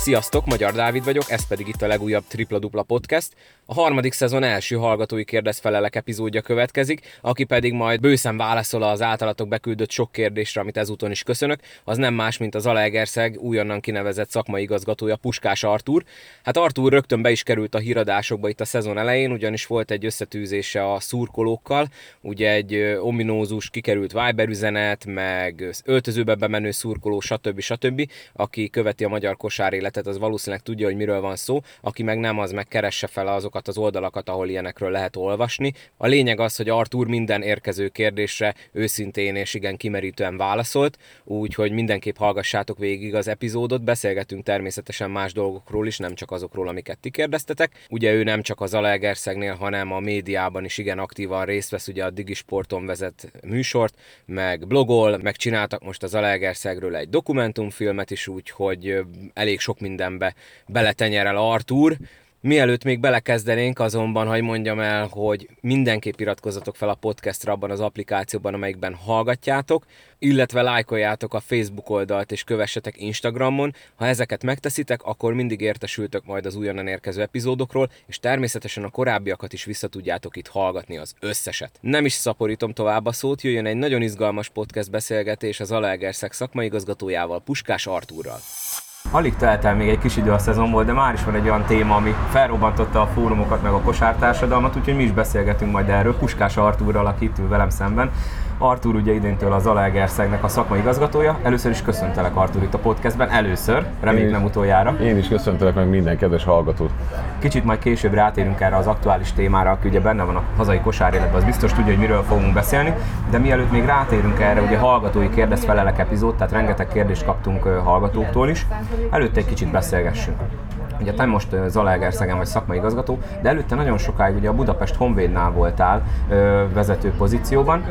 Sziasztok, Magyar Dávid vagyok, ez pedig itt a legújabb Tripla Dupla Podcast. A harmadik szezon első hallgatói kérdezfelelek epizódja következik, aki pedig majd bőszen válaszol az általatok beküldött sok kérdésre, amit ezúton is köszönök. Az nem más, mint a Zalaegerszeg újonnan kinevezett szakmai igazgatója, Puskás Artúr. Hát Artúr rögtön be is került a híradásokba itt a szezon elején, ugyanis volt egy összetűzése a szurkolókkal, ugye egy ominózus kikerült Viber üzenet, meg öltözőbe bemenő szurkoló, stb. Aki követi a magyar kosáréletet, az valószínűleg tudja, hogy miről van szó, aki meg nem, az meg keresse fel azokat az oldalakat, ahol ilyenekről lehet olvasni. A lényeg az, hogy Artúr minden érkező kérdésre őszintén és igen kimerítően válaszolt, úgyhogy mindenképp hallgassátok végig az epizódot, beszélgetünk természetesen más dolgokról is, nem csak azokról, amiket ti kérdeztetek. Ugye ő nem csak a Zalaegerszegnél, hanem a médiában is igen aktívan részt vesz, ugye a Digisporton vezet műsort, meg blogol, meg csináltak most a Zalaegerszegről egy dokumentumfilmet is, úgyhogy elég sok mindenbe beletenyerel Artúr. Mielőtt még belekezdenénk, azonban hadd mondjam el, hogy mindenképp iratkozzatok fel a podcastra abban az applikációban, amelyikben hallgatjátok, illetve lájkoljátok a Facebook oldalt és kövessetek Instagramon. Ha ezeket megteszitek, akkor mindig értesültök majd az újonnan érkező epizódokról, és természetesen a korábbiakat is vissza tudjátok itt hallgatni, az összeset. Nem is szaporítom tovább a szót, jöjjön egy nagyon izgalmas podcast beszélgetés az Zalaegerszeg szakmai igazgatójával, Puskás Artúrral. Alig telt el még egy kis idő a szezonból, de már is van egy olyan téma, ami felrobbantotta a fórumokat meg a kosártársadalmat, úgyhogy mi is beszélgetünk majd erről Puskás Artúrral, aki itt ül velem szemben. Artúr ugye idéntől a Zalaegerszegnek a szakmai igazgatója. Először is köszöntelek, Artúr, itt a podcastben. Először, reméljük nem utoljára. Én is köszöntelek meg minden kedves hallgatót. Kicsit majd később rátérünk erre az aktuális témára, aki ugye benne van a hazai kosáréletben, az biztos tudja, hogy miről fogunk beszélni. De mielőtt még rátérünk erre, ugye hallgatói kérdezfelelek epizód, tehát rengeteg kérdést kaptunk hallgatóktól is. Előtte egy kicsit beszélgessünk. Ugye te most Zalaegerszegen vagy szakmai igazgató, de előtte nagyon sokáig ugye a Budapest Honvédnál voltál vezető pozícióban.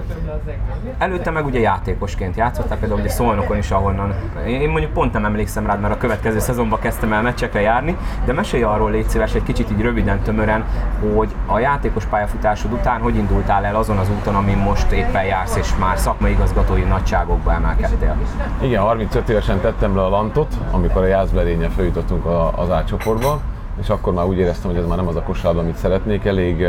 Előtte meg ugye játékosként játszottál, például ugye Szolnokon is, ahonnan én mondjuk pont nem emlékszem rád, mert a következő szezonban kezdtem el meccsekre járni, de mesélj arról, légy szíves, egy kicsit így röviden, tömören, hogy a játékos pályafutásod után hogy indultál el azon az úton, amin most éppen jársz, és már szakmai igazgatói nagyságokba emelkedtél. Igen, 35 évesen tettem le a lantot, amikor a Jászberényen feljutottunk az A csoportba, és akkor már úgy éreztem, hogy ez már nem az a kosárlabda, amit szeretnék.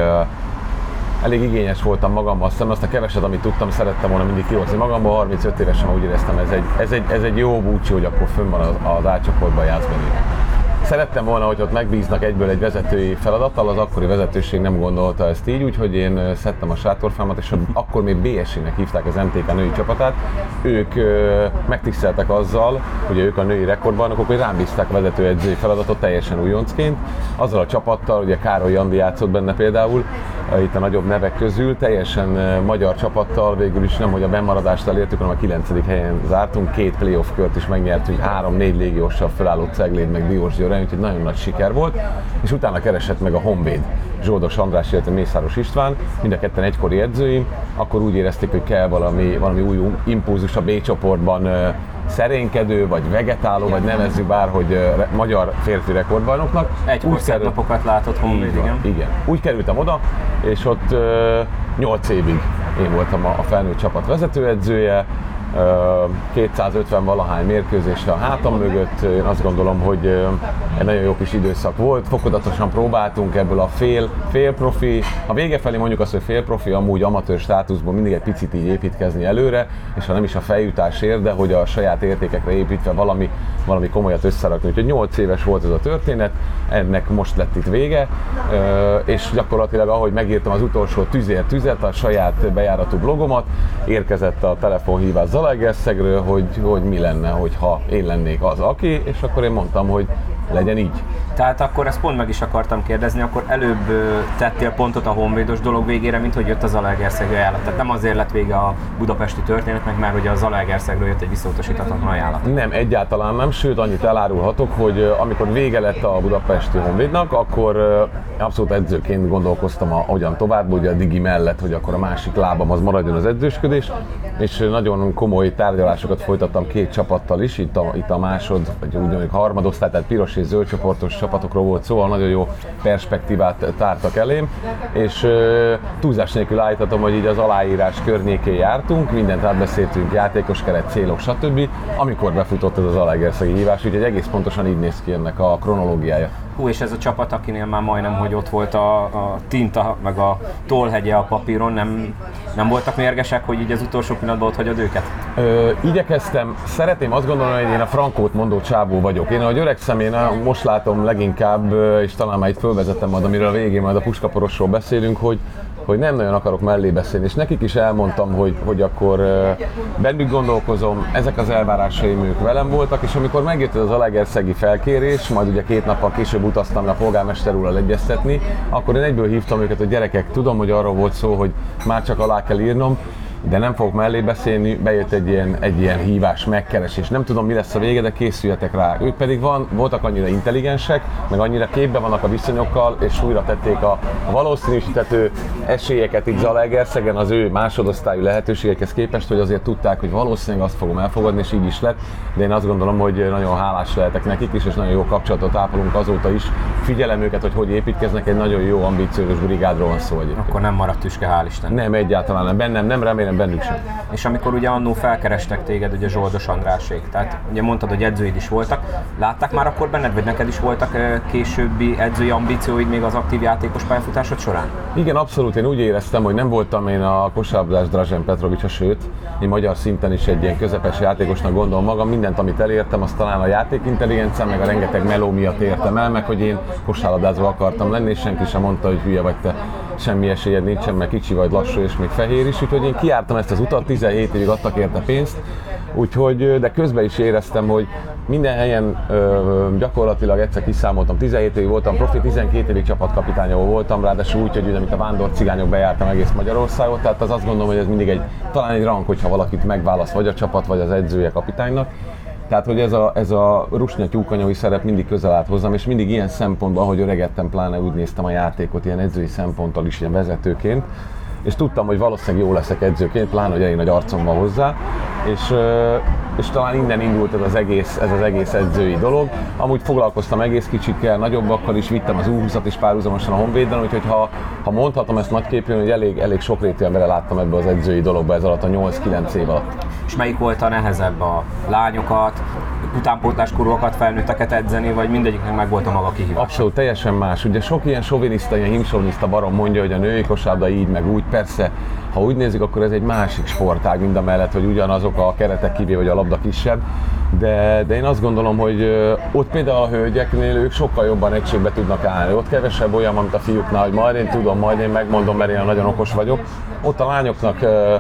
Elég igényes voltam magammal, azt a keveset, amit tudtam, szerettem volna mindig kihozni magamból. 35 évesen úgy éreztem, ez egy jó búcsú, hogy akkor fönn van az A csoportban a Jászberény. Szerettem volna, hogy ott megbíznak egyből egy vezetői feladattal, az akkori vezetőség nem gondolta ezt így, úgyhogy én szedtem a sátorfámat, és akkor még BSC-nek hívták az MTK női csapatát. Ők megtiszteltek azzal, hogy ők a női rekordbajnokok, hogy rám bízták a vezetőedzői feladatot teljesen újoncként. Azzal a csapattal, ugye Károly Andi játszott benne például, itt a nagyobb nevek közül, teljesen magyar csapattal, végül is nem, hogy a bennmaradást elértük, hanem a 9. helyen zártunk, 2 playoff kört is megnyertünk, 3-4 légióssal felálló Cegléd meg Diós Győr, úgyhogy nagyon nagy siker volt, és utána keresett meg a Honvéd, Zsoldos András, illetve Mészáros István, mind a ketten egykori edzőim, akkor úgy érezték, hogy kell valami új impulzus a B csoportban, szerénkedő, vagy vegetáló, vagy nevezzük bárhogy magyar férfi rekordbajnoknak. Egykor szebb napokat látott Honvéd, igen. Úgy kerültem oda, és ott 8 évig én voltam a felnőtt csapat vezetőedzője, 250 valahány mérkőzésre a hátam mögött. Én azt gondolom, hogy egy nagyon jó kis időszak volt. Fokozatosan próbáltunk ebből a fél profi, a vége felé mondjuk azt, hogy fél profi, amúgy amatőr státuszból mindig egy picit így építkezni előre, és ha nem is a feljutásért, de hogy a saját értékekre építve valami komolyat összerakni. Úgyhogy 8 éves volt ez a történet, ennek most lett itt vége, és gyakorlatilag ahogy megírtam az utolsó tüzet, a saját bejáratú blogomat, érkezett a telefonhívás Zalaegerszegről, hogy mi lenne, hogyha én lennék az, aki, és akkor én mondtam, hogy legyen így. Tehát akkor ezt pont meg is akartam kérdezni, akkor előbb tettél pontot a honvédos dolog végére, mint hogy jött a Zalaegerszegi ajánlat. Tehát nem azért lett vége a budapesti történetnek, mert hogy a Zalaegerszegről jött egy visszautasíthatatlan ajánlat. Nem, egyáltalán nem, sőt annyit elárulhatok, hogy amikor vége lett a budapesti Honvédnak, akkor abszolút edzőként gondolkoztam hogyan tovább, ugye a Digi mellett, hogy akkor a másik lábam az maradjon az edzősködés, és nagyon komoly tárgyalásokat folytattam 2 csapattal is, itt a másod, vagy úgy mondjuk harmadosztály, tehát piros és zöldcsoportos csapatokról volt szó, nagyon jó perspektívát tártak elém, és túlzás nélkül állíthatom, hogy így az aláírás környékén jártunk, mindent átbeszéltünk, játékos keret, célok, stb. Amikor befutott ez az Zalaegerszegi hívás, úgyhogy egész pontosan így néz ki ennek a kronológiája. Hú, és ez a csapat, akinél már majdnem, hogy ott volt a tinta, meg a tollhegye a papíron, nem voltak mérgesek, hogy így az utolsó pillanatban ott hagyod őket? Igyekeztem, szeretném azt gondolni, hogy én a frankót mondó csávó vagyok. Én ahogy öregszem, én most látom leginkább, és talán már itt fölvezettem majd, amiről a végén majd a puskaporosról beszélünk, hogy nem nagyon akarok mellé beszélni, és nekik is elmondtam, hogy akkor bennük gondolkozom, ezek az elvárásaim ők velem voltak, és amikor megjött az zalaegerszegi felkérés, majd ugye 2 nappal később utaztam a polgármester úrral egyeztetni, akkor én egyből hívtam őket, hogy gyerekek, tudom, hogy arról volt szó, hogy már csak alá kell írnom, de nem fogok mellé beszélni, bejött egy ilyen hívás, megkeresés. Nem tudom, mi lesz a vége, de készüljetek rá. Ők pedig voltak annyira intelligensek, meg annyira képben vannak a viszonyokkal, és újra tették a valószínűsítető esélyeket itt Zalaegerszegen az ő másodosztályú lehetőségekhez képest, hogy azért tudták, hogy valószínűleg azt fogom elfogadni, és így is lett. De én azt gondolom, hogy nagyon hálás lehetek nekik is, és nagyon jó kapcsolatot ápolunk azóta is. Figyelem őket, hogy építkeznek, egy nagyon jó, ambiciózus brigádról van szó egyébként. Akkor nem maradt tüske, hál' Isten. Nem, egyáltalán nem. Bennem nem, remélem bennük sem. És amikor ugye annó felkerestek téged, ugye Zsoldos Andrásék, tehát ugye mondtad, hogy edzőid is voltak, látták már akkor benned, vagy neked is voltak későbbi edzői ambícióid még az aktív játékos pályafutásod során? Igen, abszolút, én úgy éreztem, hogy nem voltam én a kosárlabdás Dražen Petrovića, sőt, én magyar szinten is egy ilyen közepes játékosnak gondolom magam, mindent, amit elértem, azt talán a játékintelligenciám, meg a rengeteg meló miatt értem el, meg hogy én kosárlabdázó akartam lenni, és senki sem mondta, hogy hülye vagy te, semmi esélyed nincsen, mert kicsi vagy, lassú és még fehér is, úgyhogy én kijártam ezt az utat, 17 évig adtak érte pénzt, úgyhogy, de közben is éreztem, hogy minden helyen gyakorlatilag egyszer kiszámoltam, 17 évig voltam profi, 12 évig csapatkapitánya voltam, ráadásul úgy, hogy mint a vándor cigányok bejártam egész Magyarországot, tehát az azt gondolom, hogy ez mindig talán egy rang, hogyha valakit megválaszt vagy a csapat, vagy az edzője kapitánynak. Tehát, hogy ez a rusnya tyúkanyói szerep mindig közel állt hozzám, és mindig ilyen szempontból, ahogy öregettem, pláne úgy néztem a játékot, ilyen edzői szemponttal is, ilyen vezetőként. És tudtam, hogy valószínűleg jó leszek edzőként, pláne, hogy elég nagy arcom van hozzá, és talán innen indult ez az egész edzői dolog. Amúgy foglalkoztam egész kicsikkel, nagyobbakkal is, vittem az U20-at is párhuzamosan a Honvédben, úgyhogy ha mondhatom ezt nagyképűen, hogy elég sokrétű emberre láttam ebbe az edzői dologba ez alatt a 8-9 év alatt. És melyik volt a nehezebb, a lányokat, utánpótláskorúakat, felnőtteket edzeni, vagy mindegyiknek meg volt a maga kihívás? Abszolút, teljesen más. Ugye sok ilyen soviniszta, ilyen himsoviniszta barom mondja, hogy a női kosárlabda így meg úgy. Persze, ha úgy nézzük, akkor ez egy másik sportág, mind a mellett, hogy ugyanazok a keretek kivéve, hogy a labda kisebb. De én azt gondolom, hogy ott például a hölgyeknél ők sokkal jobban egységbe tudnak állni. Ott kevesebb olyan, mint a fiúknál, hogy majd én tudom, majd én megmondom, mert én nagyon okos vagyok. Ott a lányoknak,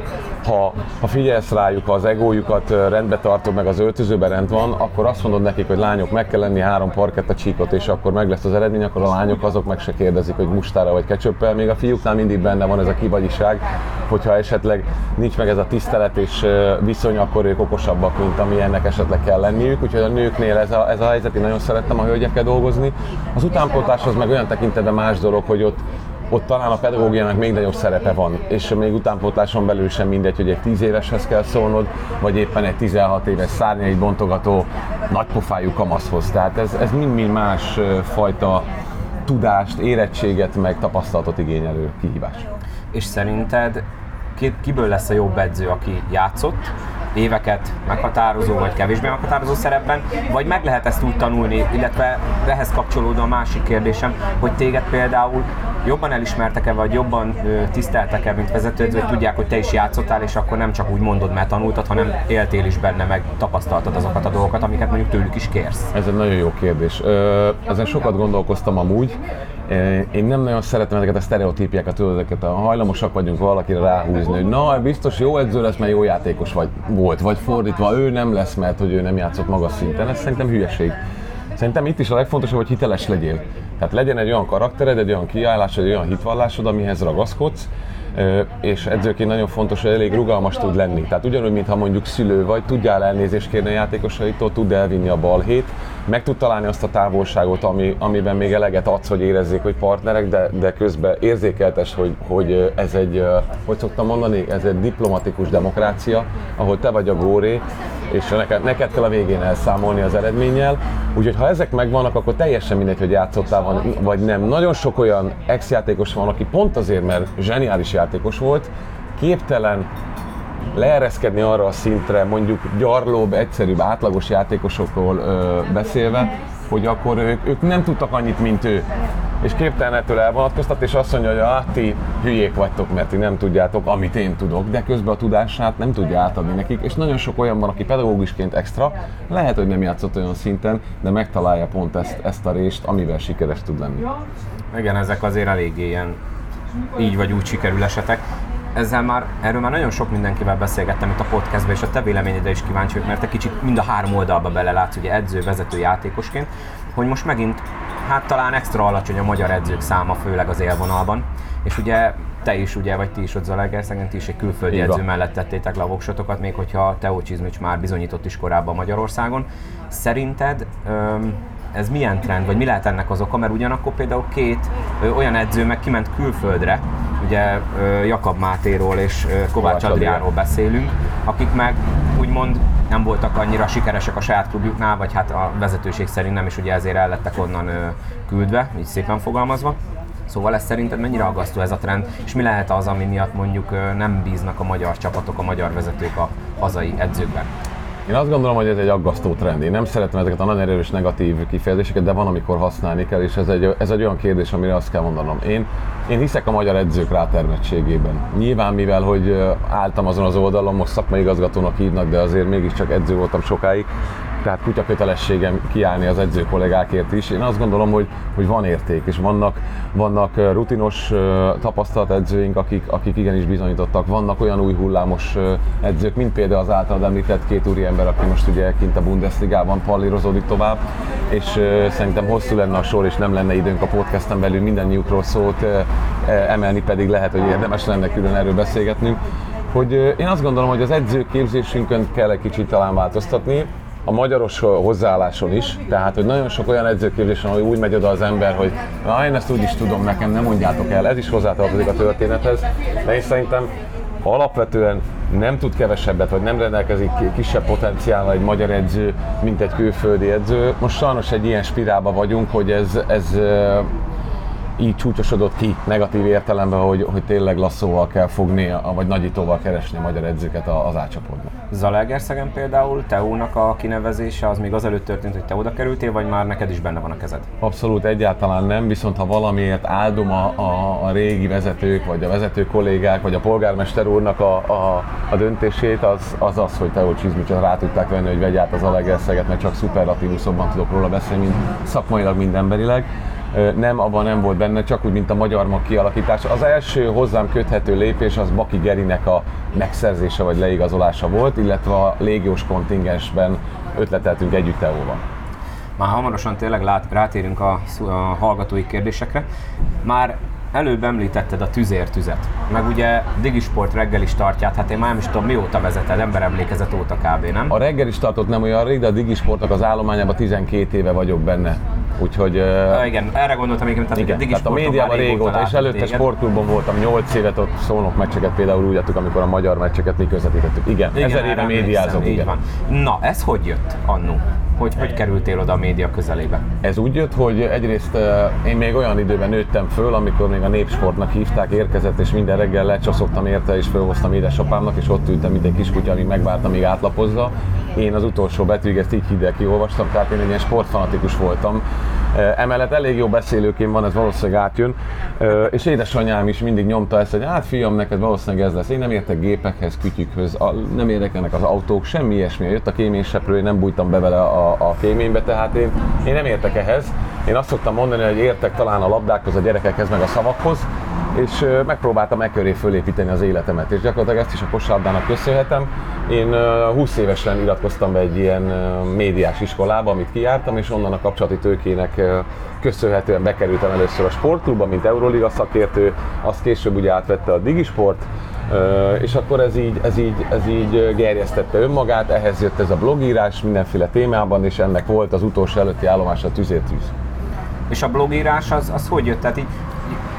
ha figyelsz rájuk, ha az egójukat rendbe tartod, meg az öltözőben rend van, akkor azt mondod nekik, hogy lányok, meg kell lenni 3 parketta csíkot, és akkor meg lesz az eredmény, akkor a lányok azok meg se kérdezik, hogy mustára vagy ketchuppel. Még a fiúknál mindig benne van ez a kivagyiság, hogyha esetleg nincs meg ez a tisztelet és viszony, akkor ők okosabbak, mint amilyennek esetleg kell lenniük. Úgyhogy a nőknél ez a helyzet, én nagyon szerettem a hölgyekkel dolgozni. Az utánpótlás az meg olyan tekintetben más dolog, hogy ott talán a pedagógiának még nagyobb szerepe van, és még utánpótláson belül sem mindegy, hogy egy 10 éveshez kell szólnod, vagy éppen egy 16 éves szárnyait bontogató nagypofájú kamaszhoz. Tehát ez mind-mind más fajta tudást, érettséget, meg tapasztalatot igényelő kihívás. És szerinted kiből lesz a jobb edző, aki játszott, éveket meghatározó vagy kevésbé meghatározó szerepben, vagy meg lehet ezt úgy tanulni, illetve ehhez kapcsolódó a másik kérdésem, hogy téged például jobban elismertek-e, vagy jobban tiszteltek-e, mint vezetőedző, hogy tudják, hogy te is játszottál, és akkor nem csak úgy mondod, mert tanultad, hanem éltél is benne, meg tapasztaltad azokat a dolgokat, amiket mondjuk tőlük is kérsz. Ez egy nagyon jó kérdés. Ezen sokat gondolkoztam amúgy. Én nem nagyon szeretem ezeket a sztereotípiákat, ezeket a hajlamosak vagyunk valakire ráhúzni, hogy na, biztos jó edző lesz, mert jó játékos volt, vagy fordítva, ő nem lesz, mert hogy ő nem játszott magas szinten. Ez szerintem hülyeség. Szerintem itt is a legfontosabb, hogy hiteles legyél. Tehát legyen egy olyan karaktered, egy olyan kiállásod, egy olyan hitvallásod, amihez ragaszkodsz, és edzőként nagyon fontos, hogy elég rugalmas tud lenni. Tehát ugyanúgy, mintha mondjuk szülő vagy, tudjál elnézést kérni a játékosaitól, tudd elvinni a balhét, meg tud találni azt a távolságot, amiben még eleget adsz, hogy érezzék, hogy partnerek, de közben érzékeltes, hogy ez egy, hogy szoktam mondani, ez egy diplomatikus demokrácia, ahol te vagy a góré, és neked kell a végén elszámolni az eredménnyel. Úgyhogy ha ezek megvannak, akkor teljesen mindegy, hogy játszottál vagy nem. Nagyon sok olyan ex-játékos van, aki pont azért, mert zseniális játékos volt, képtelen leereszkedni arra a szintre, mondjuk gyarlóbb, egyszerűbb, átlagos játékosokról beszélve, hogy akkor ők nem tudtak annyit, mint ő. És képtelen ettől elvonatkoztatni, és azt mondja, hogy ti hülyék vagytok, mert ti nem tudjátok, amit én tudok, de közben a tudását nem tudja átadni nekik, és nagyon sok olyan van, aki pedagógusként extra, lehet, hogy nem játszott olyan szinten, de megtalálja pont ezt a rést, amivel sikeres tud lenni. Igen, ezek azért eléggé ilyen így vagy úgy sikerül esetek. Erről már nagyon sok mindenkivel beszélgettem itt a podcastben, és a te véleményedre is kíváncsi vagyok, mert te kicsit mind a három oldalba belelátsz, ugye edző, vezető, játékosként, hogy most megint, hát talán extra alacsony a magyar edzők száma, főleg az élvonalban, és ugye te is, ugye, vagy ti is ott Zalaegerszegen, ti is egy külföldi edző mellett tettétek le a voksotokat, még hogyha Teó Csizmics már bizonyított is korábban Magyarországon. Szerinted ez milyen trend, vagy mi lehet ennek az oka? Mert ugyanakkor például két olyan edző meg kiment külföldre, ugye Jakab Mátéról és Kovács Adriánról beszélünk, akik meg úgymond nem voltak annyira sikeresek a saját klubjuknál, vagy hát a vezetőség szerint nem, és ugye ezért el lettek onnan küldve, így szépen fogalmazva. Szóval ez szerinted mennyire aggasztó ez a trend, és mi lehet az, ami miatt mondjuk nem bíznak a magyar csapatok, a magyar vezetők a hazai edzőkben? Én azt gondolom, hogy ez egy aggasztó trend. Én nem szeretem ezeket a nagyon erős negatív kifejezéseket, de van, amikor használni kell, és ez egy olyan kérdés, amire azt kell mondanom. Én hiszek a magyar edzők rátermettségében. Nyilván, mivel hogy álltam azon az oldalon, most szakmai igazgatónak hívnak, de azért mégiscsak edző voltam sokáig, tehát kutya kötelességem kiállni az edző kollégákért is. Én azt gondolom, hogy van érték, és vannak rutinos tapasztalt edzőink, akik igenis bizonyítottak. Vannak olyan új hullámos edzők, mint például az általad említett két úriember, aki most ugye kint a Bundesligában pallírozódik tovább, és szerintem hosszú lenne a sor, és nem lenne időnk a podcasten belül mindennyiukról szót emelni, pedig lehet, hogy érdemes lenne külön erről beszélgetnünk. Hogy én azt gondolom, hogy az edzőképzésünkön kell egy kicsit talán változtatni, a magyaros hozzáálláson is, tehát hogy nagyon sok olyan edzőképzésen, hogy úgy megy oda az ember, hogy na, én ezt úgy is tudom, nekem nem mondjátok el, ez is hozzátartozik a történethez, de én szerintem ha alapvetően nem tud kevesebbet, vagy nem rendelkezik kisebb potenciállal egy magyar edző, mint egy külföldi edző, most sajnos egy ilyen spirálba vagyunk, hogy ez így csúcsosodott ki negatív értelemben, hogy tényleg lasszóval kell fogni, vagy nagyítóval keresni a magyar edzőket az A csoportban. Zalaegerszegen például Teónak a kinevezése az még azelőtt történt, hogy te oda kerültél, vagy már neked is benne van a kezed? Abszolút egyáltalán nem, viszont ha valamiért áldom a régi vezetők, vagy a vezető kollégák, vagy a polgármester úrnak a döntését, az, hogy Teó Csizmicsot rá tudták venni, hogy vegy át az Zalaegerszeget, mert csak szuperlatívuszokban tudok róla beszélni, mind szakmailag, mind emberileg. Nem, abban nem volt benne, csak úgy, mint a magyar mag kialakítása. Az első hozzám köthető lépés az Baki Gerinek a megszerzése vagy leigazolása volt, illetve a légiós kontingensben ötleteltünk együtt Teóval. Már hamarosan tényleg rátérünk a hallgatói kérdésekre. Már előbb említetted a tüzértüzet, meg ugye Digisport reggelis tartját, hát én már nem is tudom mióta vezeted, emberemlékezet óta kb. Nem? A reggelis tartott nem olyan rég, de a Digisportnak az állományában 12 éve vagyok benne. Úgyhogy... igen, erre gondoltam még, tehát a médiában régóta, és előtte sportklubban voltam 8 évet, ott Szolnok meccseket például úgy adtuk, amikor a magyar meccseket mi közvetítettük. Igen, 1000 éve médiázok. Így van. Na, ez hogy jött annó? Hogy kerültél oda a média közelébe? Ez úgy jött, hogy egyrészt én még olyan időben nőttem föl, amikor még a Népsportnak hívták, érkezett, és minden reggel lecsaszogtam érte, és fölhoztam édesapámnak, és ott ültem, mint egy kiskutya, amíg megvártam, míg átlapozza. Én az utolsó betűig ezt így hidd el, kiolvastam, tehát én egy ilyen sportfanatikus voltam. Emellett elég jó beszélőként van, ez valószínűleg átjön, és édesanyám is mindig nyomta ezt, hogy hát fiam, neked valószínűleg ez lesz. Én nem értek gépekhez, kütyükhöz, nem érdekelnek az autók, semmi ilyesmi. Jött a kéményseprő, én nem bújtam be vele a kéménybe, tehát én nem értek ehhez. Én azt szoktam mondani, hogy értek talán a labdákhoz, a gyerekekhez, meg a szavakhoz, és megpróbáltam e köré fölépíteni az életemet, és gyakorlatilag ezt is a kosárlabdának köszönhetem. Én 20 évesen iratkoztam be egy ilyen médiás iskolába, amit kijártam, és onnan a kapcsolati tőkének köszönhetően bekerültem először a sportklubba, mint Euroliga szakértő, azt később ugye átvette a Digisport, és akkor ez így gerjesztette önmagát, ehhez jött ez a blogírás mindenféle témában, és ennek volt az utolsó előtti állomás a tüzértűz. És a blogírás az hogy jött? Tehát így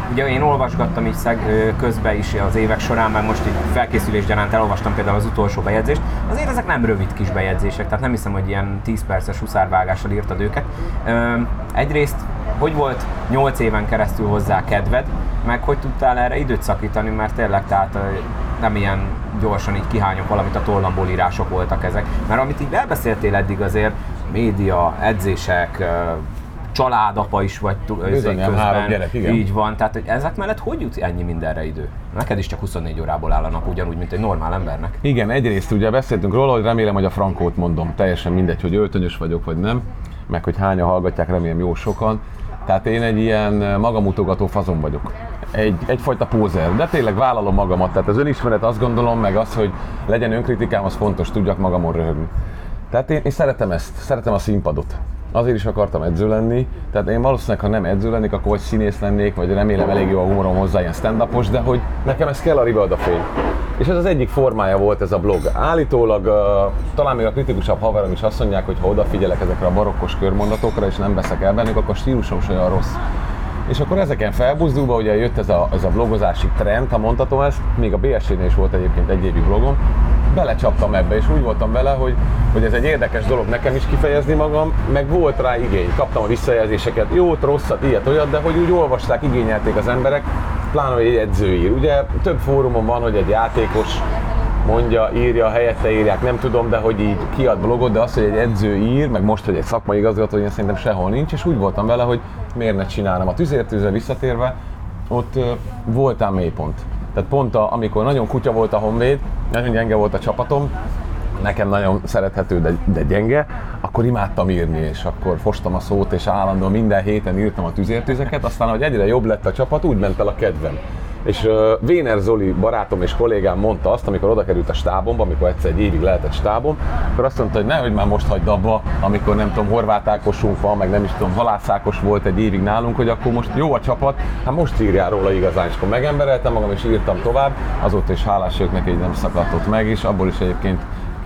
ugye én olvasgattam így közben is az évek során, meg most így felkészülés gyanánt elolvastam például az utolsó bejegyzést, azért ezek nem rövid kis bejegyzések, tehát nem hiszem, hogy ilyen 10 perces huszárvágással írtad őket. Egyrészt, hogy volt 8 éven keresztül hozzá kedved, meg hogy tudtál erre időt szakítani, mert tényleg tehát nem ilyen gyorsan így kihányok valamit, a tollamból írások voltak ezek. Mert amit így elbeszéltél eddig azért, média, edzések, családapa is vagy közben. 3 gyerek, igen. Így van, tehát hogy ezek mellett hogy jut ennyi mindenre idő? Neked is csak 24 órából áll a nap, ugyanúgy, mint egy normál embernek. Igen, egyrészt ugye beszéltünk róla, hogy remélem, hogy a frankót mondom, teljesen mindegy, hogy öltönyös vagyok vagy nem, meg hogy hányan hallgatják, remélem jó sokan. Tehát én egy ilyen magamutogató fazon vagyok. Egyfajta pózer, de tényleg vállalom magamat. Tehát az önismeret, azt gondolom, meg az, hogy legyen önkritikám, az fontos, tudjak magamon röhögni. Tehát én szeretem ezt, szeretem a színpadot. Azért is akartam edző lenni, tehát én valószínűleg, ha nem edző lennék, akkor vagy színész lennék, vagy remélem elég jó a humorom hozzá, ilyen stand-upos, de hogy nekem ez kell a rivalda-fény. És ez az egyik formája volt ez a blog. Állítólag talán még a kritikusabb haverom is azt mondják, hogy ha odafigyelek ezekre a barokkos körmondatokra, és nem veszek el bennük, akkor stílusom is olyan rossz. És akkor ezeken felbuzdulva ugye jött ez a blogozási trend, ha mondhatom ezt, még a BSC-nél is volt egyébként egy évi blogom, belecsaptam ebbe, és úgy voltam vele, hogy ez egy érdekes dolog nekem is kifejezni magam, meg volt rá igény. Kaptam a visszajelzéseket, jót, rosszat, ilyet, olyat, de hogy úgy olvasták, igényelték az emberek, pláne, hogy egy edző ír. Ugye több fórumon van, hogy egy játékos mondja, írja, helyette írják, nem tudom, de hogy így kiad blogot, de az, hogy egy edző ír, meg most, hogy egy szakmai igazgató, én szerintem sehol nincs, és úgy voltam vele, hogy miért ne csinálnám. A tüzértűzre visszatérve, ott voltál mélypont. Tehát pont amikor nagyon kutya volt a Honvéd, nagyon gyenge volt a csapatom, nekem nagyon szerethető, de gyenge, akkor imádtam írni, és akkor fostam a szót, és állandóan minden héten írtam a tüzértűzeket, aztán, hogy egyre jobb lett a csapat, úgy ment el a kedvem. És Véner Zoli barátom és kollégám mondta azt, amikor oda került a stábomba, amikor egyszer egy évig lehetett stábom, akkor azt mondta, hogy nehogy már most hagyd abba, amikor nem tudom, Horváth Ákosunk van, meg nem is tudom, Halász Ákos volt egy évig nálunk, hogy akkor most jó a csapat, hát most írjál róla igazán. És akkor megembereltem magam és írtam tovább, azóta is hálás vagyok neki, hogy nem szakadtott meg, és abból is egyébként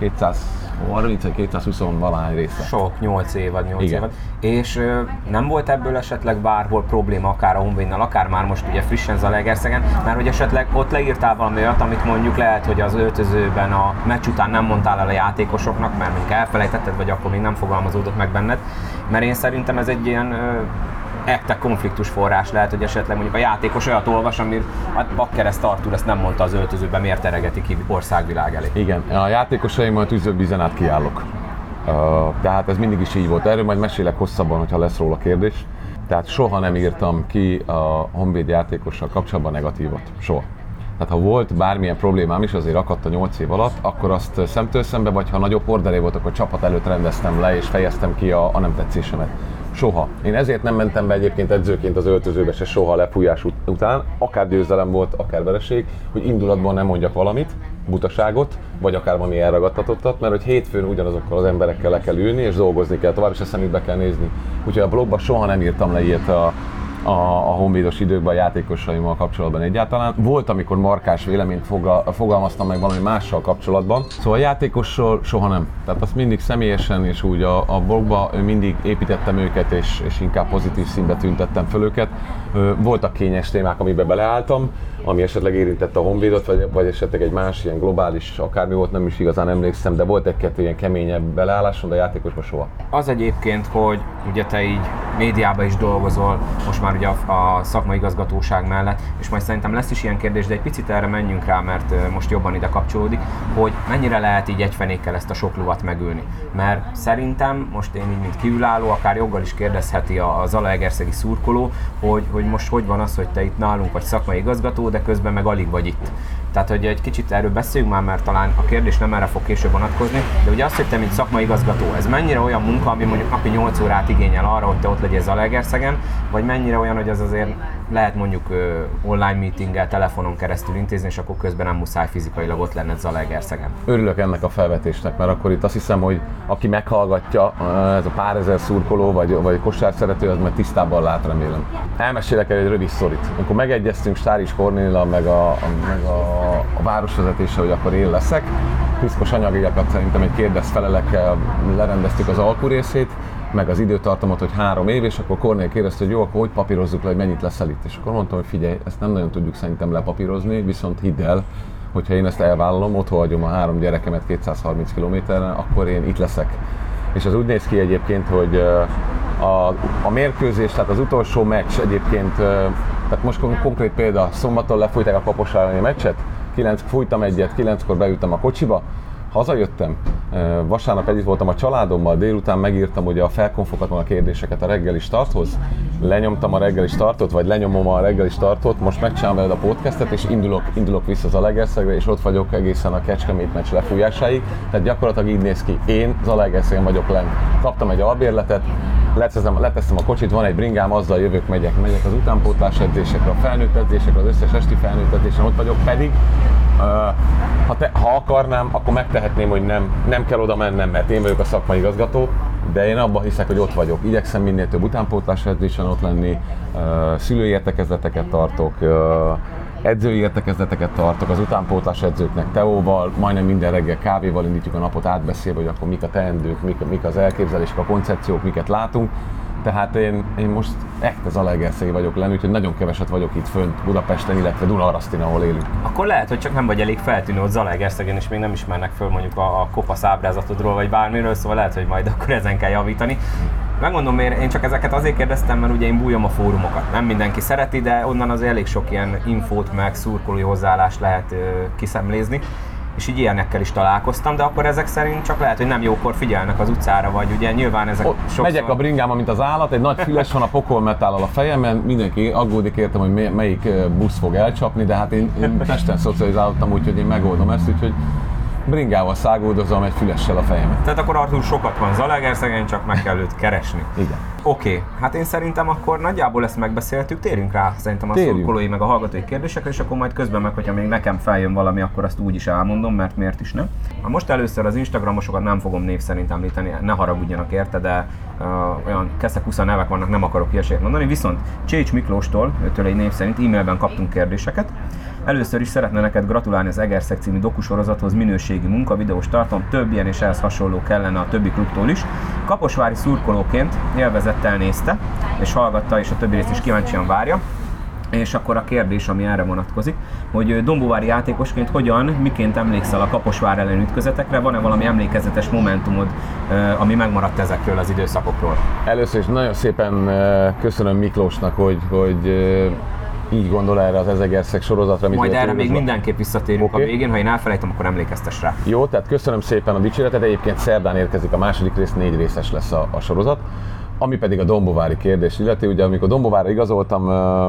220 valahány része. Sok, 8 évad. És nem volt ebből esetleg bárhol probléma, akár a Honvédnál, akár már most ugye frissen Zalaegerszegen, mert hogy esetleg ott leírtál valami olyat, amit mondjuk lehet, hogy az öltözőben a meccs után nem mondtál el a játékosoknak, mert mondjuk elfelejtetted, vagy akkor még nem fogalmazódott meg benned, mert én szerintem ez egy ilyen ekte konfliktus forrás lehet, hogy esetleg mondjuk a játékos olyat olvas, amit hát Bakkereszt Artúr ezt nem mondta az öltözőben, miért teregeti ki országvilág elé. Igen, a játékosaimmal tűzővízen át kiállok. Tehát ez mindig is így volt. Erről majd mesélek hosszabban, hogyha lesz róla kérdés. Tehát soha nem írtam ki a Honvéd játékossal kapcsolatban negatívat. Soha. Tehát ha volt bármilyen problémám is, azért akadt a 8 év alatt, akkor azt szemtől szembe, vagy ha nagyobb horderé volt, akkor csapat előtt rendeztem le és fejeztem ki a nem tetszésemet. Soha. Én ezért nem mentem be egyébként edzőként az öltözőbe se soha a lefújás után, akár győzelem volt, akár vereség, hogy indulatban nem mondjak valamit, butaságot, vagy akár valami elragadtatottat, mert hogy hétfőn ugyanazokkal az emberekkel le kell ülni, és dolgozni kell tovább, és ezt szemükbe kell nézni. Úgyhogy a blogban soha nem írtam le ilyet a honvédos időkben a játékosaimmal kapcsolatban egyáltalán. Volt, amikor markás véleményt fogalmaztam meg valami mással kapcsolatban, szóval a játékossal soha nem. Tehát azt mindig személyesen és úgy a blogba mindig építettem őket, és inkább pozitív színbe tüntettem föl őket. Voltak kényes témák, amiben beleálltam, ami esetleg érintette a Honvédot, vagy esetleg egy más ilyen globális akármi volt, nem is igazán emlékszem, de volt egy-kettő ilyen keményebb beleállásom, de a játékosban soha. Az egyébként, hogy ugye te így médiában is dolgozol, most már ugye a szakmai igazgatóság mellett, és majd szerintem lesz is ilyen kérdés, de egy picit erre menjünk rá, mert most jobban ide kapcsolódik, hogy mennyire lehet így egyfenékkel ezt a sok lovat megülni. Mert szerintem most én így, mint kívülálló, akár joggal is kérdezheti a zalaegerszegi szurkoló, hogy most hogy van az, hogy te itt nálunk vagy szakmai igazgató, de közben meg alig vagy itt. Tehát, hogy egy kicsit erről beszéljünk már, mert talán a kérdés nem erre fog később vonatkozni, de ugye azt, hogy te, mint szakmai igazgató, ez mennyire olyan munka, ami mondjuk napi 8 órát igényel arra, hogy te ott legyél Zalaegerszegen, vagy mennyire olyan, hogy ez azért lehet mondjuk online meetinggel, telefonon keresztül intézni, és akkor közben nem muszáj fizikailag ott lenned Zalaegerszegen. Örülök ennek a felvetésnek, mert akkor itt azt hiszem, hogy aki meghallgatja, ez a pár ezer szurkoló, vagy kosár szerető, az majd tisztában lát, remélem. Elmesélek el egy rövid sztorit. Amikor megegyeztünk Stáris Kornéllal, meg a városvezetése, hogy akkor én leszek, piszkos anyagiakat szerintem egy kérdez-felelekkel lerendeztük az alkurészét, meg az időtartamot, hogy 3 év, és akkor Kornél kérdezte, hogy jó, akkor hogy papírozzuk le, hogy mennyit leszel itt. És akkor mondtam, hogy figyelj, ezt nem nagyon tudjuk szerintem lepapírozni, viszont hidd el, hogyha én ezt elvállalom, otthon hagyom a 3 gyerekemet 230 kilométerre, akkor én itt leszek. És az úgy néz ki egyébként, hogy a mérkőzés, tehát az utolsó meccs egyébként, tehát most konkrét példa, szombaton lefújták a Kaposvári meccset, fújtam egyet, 9-kor beültem a kocsiba, hazajöttem, vasárnap együtt voltam a családommal, délután megírtam ugye a felkonfokat, a kérdéseket a reggeli starthoz, lenyomtam a reggeli startot, vagy lenyomom a reggeli startot, most megcsinálom veled a podcastet, és indulok vissza Zalaegerszegre, és ott vagyok egészen a Kecskemét meccs lefújásáig, tehát gyakorlatilag így néz ki, én Zalaegerszegen vagyok lent, kaptam egy albérletet, leteszem a kocsit, van egy bringám, azzal jövök, megyek az utánpótlás edzésekre, a felnőtt edzésekre, az összes esti felnőtt edzésen ott vagyok, pedig ha akarnám, akkor megtehetném, hogy nem kell oda mennem, mert én vagyok a szakmai igazgató, de én abban hiszek, hogy ott vagyok. Igyekszem minél több utánpótlás edzésen ott lenni, szülői értekezleteket tartok, edzői értekezleteket tartok az utánpótlás edzőknek, Teóval, majdnem minden reggel kávéval indítjuk a napot átbeszélve, hogy akkor mik a teendők, mik az elképzelések, a koncepciók, miket látunk. Tehát én most ekte Zalaegerszegi vagyok lenni, úgyhogy nagyon keveset vagyok itt fönt Budapesten, illetve Dunaharasztin, ahol élünk. Akkor lehet, hogy csak nem vagy elég feltűnő ott Zalaegerszegen, és még nem ismernek föl mondjuk a kopasz ábrázatodról, vagy bármiről, szóval lehet, hogy majd akkor ezen kell javítani. Megmondom miért, én csak ezeket azért kérdeztem, mert ugye én bújom a fórumokat. Nem mindenki szereti, de onnan az elég sok ilyen infót, meg szurkolói hozzáállást lehet kiszemlézni. És így ilyenekkel is találkoztam, de akkor ezek szerint csak lehet, hogy nem jókor figyelnek az utcára, vagy ugye nyilván ezek sokszor... Megyek a bringámmal, mint az állat, egy nagy füles van a pokolmetállal a fejemen, mindenki aggódik értem, hogy melyik busz fog elcsapni, de hát én Pesten szocializálódtam, úgyhogy én megoldom ezt, úgyhogy bringával száguldozom egy fülessel a fejemet. Tehát akkor Artur sokat van Zalaegerszegen, csak meg kell őt keresni. Igen. Oké, hát én szerintem akkor nagyjából ezt megbeszéltük, térjünk rá szerintem a szurkolói meg a hallgatói kérdésekre, és akkor majd közben meg, hogyha még nekem feljön valami, akkor azt úgy is elmondom, mert miért is nem. Most először az Instagramosokat nem fogom név szerint említeni, ne haragudjanak érte, de olyan keszekuszan nevek vannak, nem akarok ilyeséget mondani, viszont Csécs Miklóstól, őtől egy név szerint e-mailben kaptunk kérdéseket. Először is szeretne neked gratulálni az Egerszeg című dokusorozathoz, minőségi munka, videós tartalom, több ilyen és ehhez hasonló kellene a többi klubtól is. Kaposvári szurkolóként élvezettel nézte, és hallgatta, és a többi részt is kíváncsian várja. És akkor a kérdés, ami erre vonatkozik, hogy dombóvári játékosként miként emlékszel a Kaposvár ellen ütközetekre, van-e valami emlékezetes momentumod, ami megmaradt ezekről az időszakokról? Először is nagyon szépen köszönöm Miklósnak, hogy így gondol erre az Egerszeg sorozatra. Majd erre még mindenképp visszatérünk a végén, ha én elfelejtem, akkor emlékeztes rá. Jó, tehát köszönöm szépen a dicséretet, egyébként szerdán érkezik a második rész, 4 részes lesz a sorozat. Ami pedig a dombovári kérdés illeti, ugye amikor Dombóvárra igazoltam,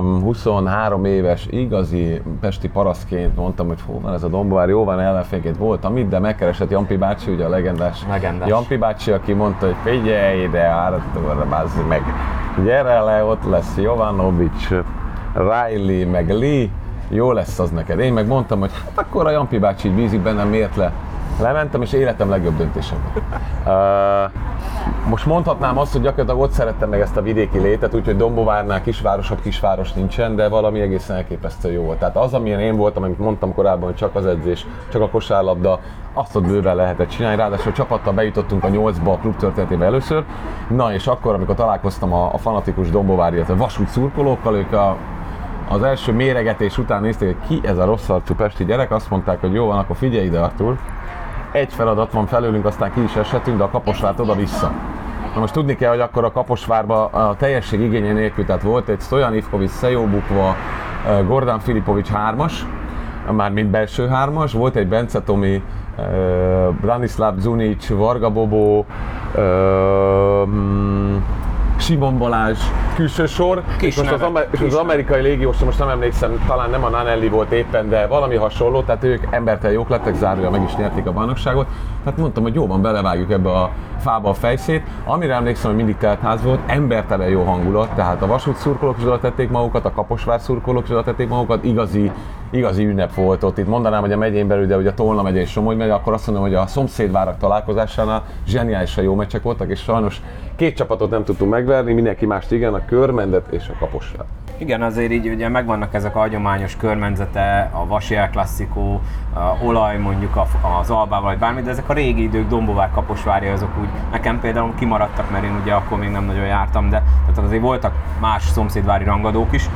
23 éves igazi pesti parasztként mondtam, hogy hol van ez a Dombovári, jó van, ellenfélként voltam itt, de megkeresett Jampi bácsi, ugye a legendás. Jampi bácsi, aki mondta, hogy figyelj ide, Artur, bázz meg, gyere le, ott lesz Jovanovic, Riley, meg Lee, jó lesz az neked. Én meg mondtam, hogy hát akkor a Jampi bácsi így bízik bennem, miért lementem, és életem legjobb döntésem. Most mondhatnám azt, hogy gyakorlatilag ott szerettem meg ezt a vidéki létet, úgyhogy Dombóvárnál kisváros nincsen, de valami egészen elképesztő jó volt. Tehát az, amilyen én voltam, amit mondtam korábban, hogy csak az edzés, csak a kosárlabda, azt ott bőven lehetett csinálni, ráadásul csapattal bejutottunk a 8-ba a klub történetében először. Na és akkor, amikor találkoztam a fanatikus dombóvári, illetve vasút szurkolókkal, ők az első méregetés után nézték, hogy ki ez a rossz arcú pesti gyerek, azt mondták, hogy jó van, akkor figyelj ide, Artur. Egy feladat van felőlünk, aztán ki is eshetünk, de a Kaposvárt oda-vissza. Na most tudni kell, hogy akkor a Kaposvárban a teljesség igénye nélkül, tehát volt egy Stojan Ivkovic, Szejó Bukva, Gordán Filipovics 3-as, mármint belső 3-as, volt egy Bence Tomi, Branislav Zunic, Varga Bobó, Simon Balázs külső sor, és most az amerikai légiós, most nem emlékszem, talán nem a Nanelli volt éppen, de valami hasonló, tehát ők embertelen jók lettek, zárója meg is nyerték a bajnokságot. Tehát mondtam, hogy jó van, belevágjuk ebbe a fába a fejszét. Amire emlékszem, hogy mindig teltház volt, embertelen jó hangulat, tehát a vasút szurkolók is oda tették magukat, a Kaposvár szurkolók is oda tették magukat, igazi ünnep volt ott. Itt mondanám, hogy a megyén belül, de ugye a Tolna megye és Somogy megye, akkor azt mondom, hogy a szomszédvárak találkozásánál zseniálisan jó meccsek voltak, és sajnos két csapatot nem tudtunk megverni, mindenki mást igen, a Körmendet és a Kaposvár. Igen, azért így ugye megvannak ezek a hagyományos körmenzete, a Vasi El Clasico, a olaj mondjuk az Albával, vagy bármi, de ezek a régi idők, Dombovár, Kaposvárja, azok úgy nekem például kimaradtak, mert én ugye akkor még nem nagyon jártam, de tehát azért voltak más szomszédvári rangadók is.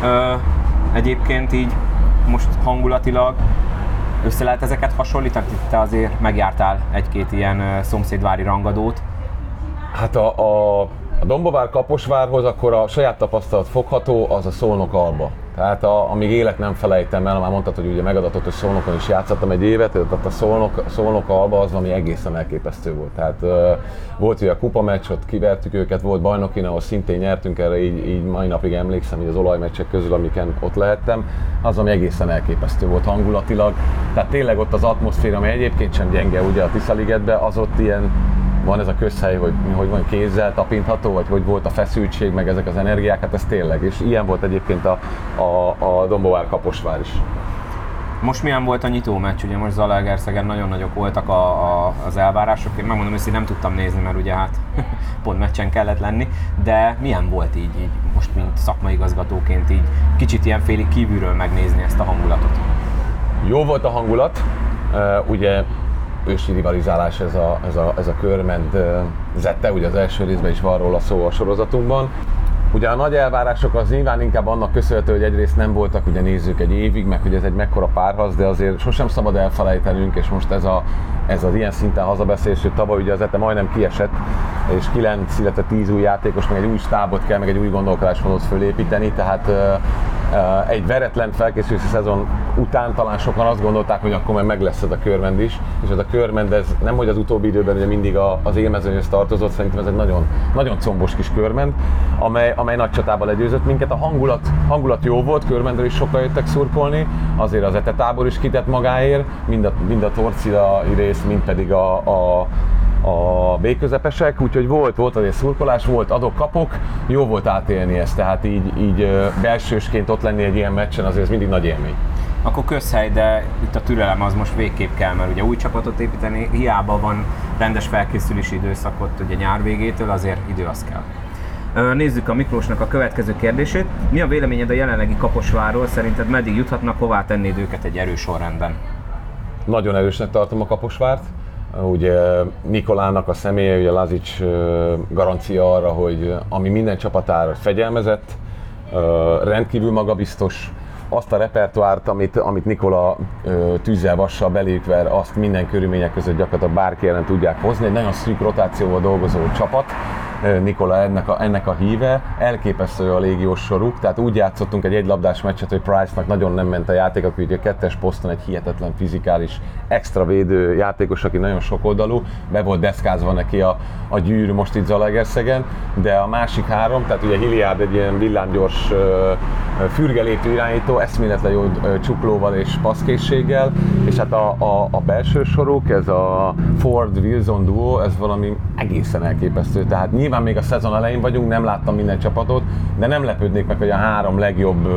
Egyébként így most hangulatilag össze lehet ezeket hasonlítani? Te azért megjártál egy-két ilyen szomszédvári rangadót. Hát a Dombovár Kaposvárhoz akkor a saját tapasztalat fogható, az a Szolnok Alba. Tehát amíg élet nem felejtem el, már mondtad, hogy ugye megadatott, hogy Szolnokon is játszottam egy évet, tehát a Szolnok Alba az, ami egészen elképesztő volt. Tehát volt ugye a kupameccs, ott kivertük őket, volt bajnokin, ahol szintén nyertünk, erre így mai napig emlékszem, hogy az olajmeccsek közül, amiken ott lehettem, az, ami egészen elképesztő volt hangulatilag. Tehát tényleg ott az atmoszféra, ami egyébként sem gyenge ugye a Tisza-ligetben, az ott ilyen, van ez a közhely, hogy van kézzel tapintható, vagy hogy volt a feszültség, meg ezek az energiák, hát ez tényleg, és ilyen volt egyébként a Dombovár Kaposvár is. Most milyen volt a nyitó meccs? Ugye most Zalaegerszegen nagyon nagyok voltak az elvárások, én megmondom, hogy nem tudtam nézni, mert ugye hát pont meccsen kellett lenni, de milyen volt így most, mint szakmai igazgatóként így kicsit ilyen félig kívülről megnézni ezt a hangulatot? Jó volt a hangulat, ugye ősi rivalizálás ez a körmenzete, ugye az első részben is van róla szó a sorozatunkban. Ugye a nagy elvárások az nyilván inkább annak köszönhető, hogy egyrészt nem voltak ugye nézők egy évig, meg hogy ez egy mekkora párharc, de azért sosem szabad elfelejtenünk, és most ez az ilyen szinten hazabeszélés, hogy tavaly ugye az ETE majdnem kiesett, és 9, illetve 10 új játékos, meg egy új stábot kell, meg egy új gondolkodásmódot fölépíteni, tehát egy veretlen felkészülési szezon után talán sokan azt gondolták, hogy akkor meg lesz ez a körmend is, és ez a körmend, ez nem hogy az utóbbi időben ugye mindig az élmezőnyhöz tartozott, szerintem ez egy nagyon, nagyon combos kis körmend, amely nagy csatában legyőzött minket. A hangulat jó volt, körmendről is sokan jöttek szurkolni, azért az ETE tábor is kitett magáért, mind a torcidai rész, mind pedig a B-közepesek, úgyhogy volt azért szurkolás, volt adok-kapok, jó volt átélni ezt, tehát így belsősként ott lenni egy ilyen meccsen azért ez mindig nagy élmény. Akkor közhely, de itt a türelem az most végképp kell, mert ugye új csapatot építeni, hiába van rendes felkészülési időszakot ugye nyár végétől, azért idő az kell. Nézzük a Miklósnak a következő kérdését. Mi a véleményed a jelenlegi Kaposvárról? Szerinted meddig juthatnak, hová tennéd őket egy erős sorrendben? Nagyon erősnek tartom a Kaposvárt. Ugye Nikolának a személye, ugye Lazic garancia arra, hogy ami minden csapatára fegyelmezett, rendkívül magabiztos, azt a repertoárt, amit Nikola tűzzel, vassal beléjük ver, azt minden körülmények között gyakorlatilag bárki ellen tudják hozni. Egy nagyon szűk rotációval dolgozó csapat, Nikola ennek a híve, elképesztő a légiós soruk, tehát úgy játszottunk egy egylabdás meccset, hogy Price-nak nagyon nem ment a játék, aki ugye kettes poszton egy hihetetlen fizikális, extra védő játékos, aki nagyon sokoldalú, be volt deszkázva neki a gyűrű most itt Zalaegerszegen, de a másik három, tehát ugye Hilliard egy ilyen villámgyors fürgelépő irányító, eszméletlen jó csuklóval és passzkészséggel, és hát a belső soruk, ez a Ford-Wilson duo, ez valami egészen elképesztő, tehát nyilván még a szezon elején vagyunk, nem láttam minden csapatot, de nem lepődnék meg, hogy a három legjobb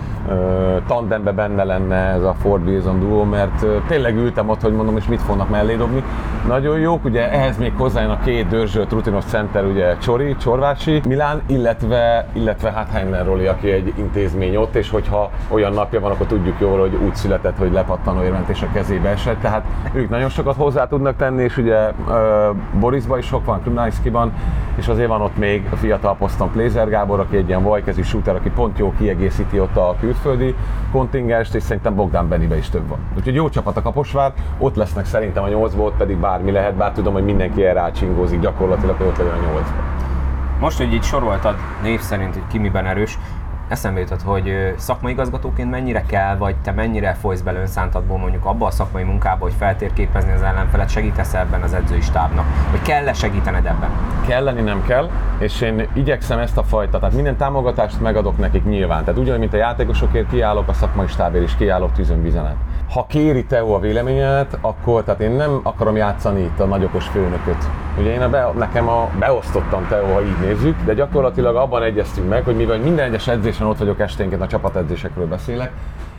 tandembe benne lenne ez a Ford-Wilson duo, mert tényleg ültem ott, hogy mondom, és mit fognak mellé dobni. Nagyon jók, ugye ehhez még hozzájön a két dörzsölt rutinos center, ugye Csorvácsi, Milán, illetve hát Heinlein Roli, aki egy intézmény ott, és hogyha olyan napja van, akkor tudjuk jól, hogy úgy született, hogy lepattanó érmentés a kezébe esett, tehát ők nagyon sokat hozzá tudnak tenni, és ugye Borisban is sok van, Krumnaiszkiban, és azért van ott még a fiatal poszton Plézer Gábor, aki egy ilyen vajkezű shooter, aki pont jó kiegészíti ott a külföldi kontingenst, és szerintem Bogdán Benibe is több van. Úgyhogy jó csapat a Kaposvár, ott lesznek szerintem a 8-ból, ott pedig bármi lehet, bár tudom, hogy mindenki erre átsingózik gyakorlatilag, hogy ott legyen a 8-ban. Most, hogy így soroltad név szerint, hogy ki miben erős, eszembe jutott, hogy szakmai igazgatóként mennyire kell, vagy te mennyire folysz bele önszántadból mondjuk abba a szakmai munkába, hogy feltérképezni az ellenfelet, segítesz ebben az edzői stábnak? Vagy kell-e segítened ebben? Kelleni nem kell, és én igyekszem ezt a fajta, tehát minden támogatást megadok nekik nyilván. Tehát ugyanúgy, mint a játékosokért kiállok, a szakmai stábért is kiállok tűzön bizenet. Ha kéri Teo a véleményemet, akkor tehát én nem akarom játszani itt a nagyokos főnököt. Ugye én beosztottam Teo, ha így nézzük, de gyakorlatilag abban egyeztünk meg, hogy mivel minden egyes edzésen ott vagyok esténként, a csapatedzésekről beszélek,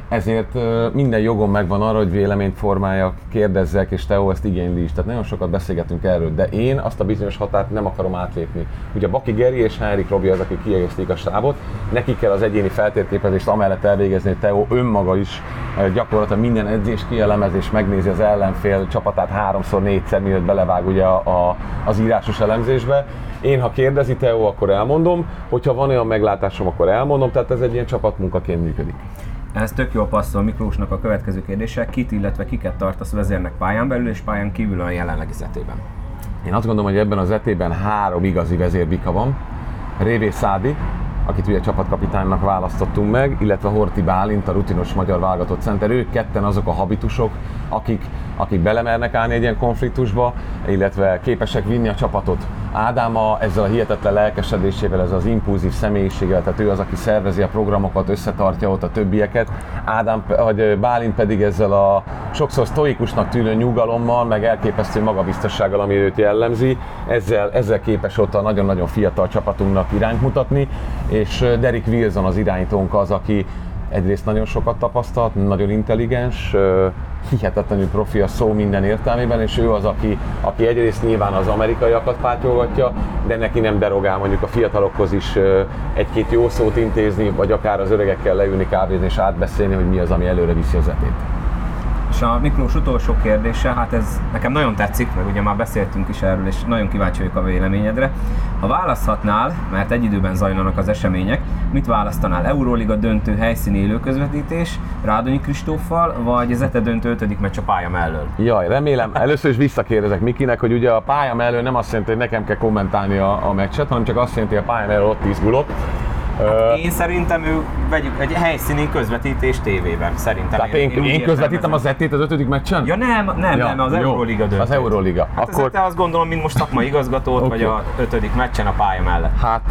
ezért minden jogom megvan arra, hogy véleményt formáljak, kérdezzek, és Teó ezt igényli is. Tehát nagyon sokat beszélgetünk erről, de én azt a bizonyos határt nem akarom átlépni. Ugye Baki Geri és Henrik Robi az, aki kiegészítik a stábot, nekik kell az egyéni feltérképezést amellett elvégezni, hogy Teó önmaga is gyakorlatilag minden edzés kielemez és megnézi az ellenfél csapatát 3-4-szer, mielőtt belevág ugye az írásos elemzésbe. Én, ha kérdezi Teó, akkor elmondom, hogyha van olyan meglátásom, akkor elmondom, tehát ez egy ilyen csapatmunkaként működik. Ez tök jól passzol Miklósnak a következő kérdése, kit, illetve kiket tartasz vezérnek pályán belül és pályán kívül a jelenlegi zetében? Én azt gondolom, hogy ebben a zetében 3 igazi vezérbika van. Révé Szádi, akit ugye csapatkapitánynak választottunk meg, illetve Horthy Bálint, a rutinos magyar válogatott center. Ők ketten azok a habitusok, akik belemernek állni egy ilyen konfliktusba, illetve képesek vinni a csapatot. Ádám ezzel a hihetetlen lelkesedésével, ez az impulzív személyiséggel, tehát ő az, aki szervezi a programokat, összetartja ott a többieket. Bálint pedig ezzel a sokszor sztoikusnak tűnő nyugalommal, meg elképesztő magabiztossággal, ami őt jellemzi, ezzel képes ott a nagyon-nagyon fiatal csapatunknak irányt mutatni, és Derek Wilson az irányítónk az, aki egyrészt nagyon sokat tapasztalt, nagyon intelligens, hihetetlenül profi a szó minden értelmében, és ő az, aki egyrészt nyilván az amerikaiakat pátyolgatja, de neki nem derogál mondjuk a fiatalokhoz is egy-két jó szót intézni, vagy akár az öregekkel leülni, kávézni és átbeszélni, hogy mi az, ami előre viszi a zetét. És a Miklós utolsó kérdése, hát ez nekem nagyon tetszik, meg ugye már beszéltünk is erről, és nagyon kíváncsi vagyok a véleményedre. Ha választhatnál, mert egy időben zajlanak az események, mit választanál? Euróliga döntő helyszíni élőközvetítés Rádonyi Kristóffal, vagy Zete döntő 5. meccs a pálya mellől? Jaj, remélem, először is visszakérdezek Mikinek, hogy ugye a pálya mellől nem azt jelenti, hogy nekem kell kommentálni a meccset, hanem csak azt jelenti, hogy a pálya mellől ott 10 gulott. Hát én szerintem vegyük egy helyszíni közvetítés tévében, szerintem. Tehát én közvetítem a Zetét az 5. meccsen? Ja nem, az Euróliga döntő. Az Euróliga. Hát akkor te azt gondolom, mint most szakmai igazgatót, okay. Vagy a 5. meccsen a pálya mellett. Hát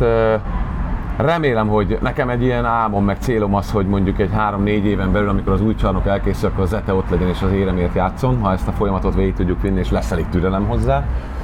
remélem, hogy nekem egy ilyen álmom, meg célom az, hogy mondjuk egy 3-4 éven belül, amikor az új csarnok elkészül, akkor a Zete ott legyen és az éremért játszon, ha ezt a folyamatot végig tudjuk vinni, és lesz elég türelem hozzá.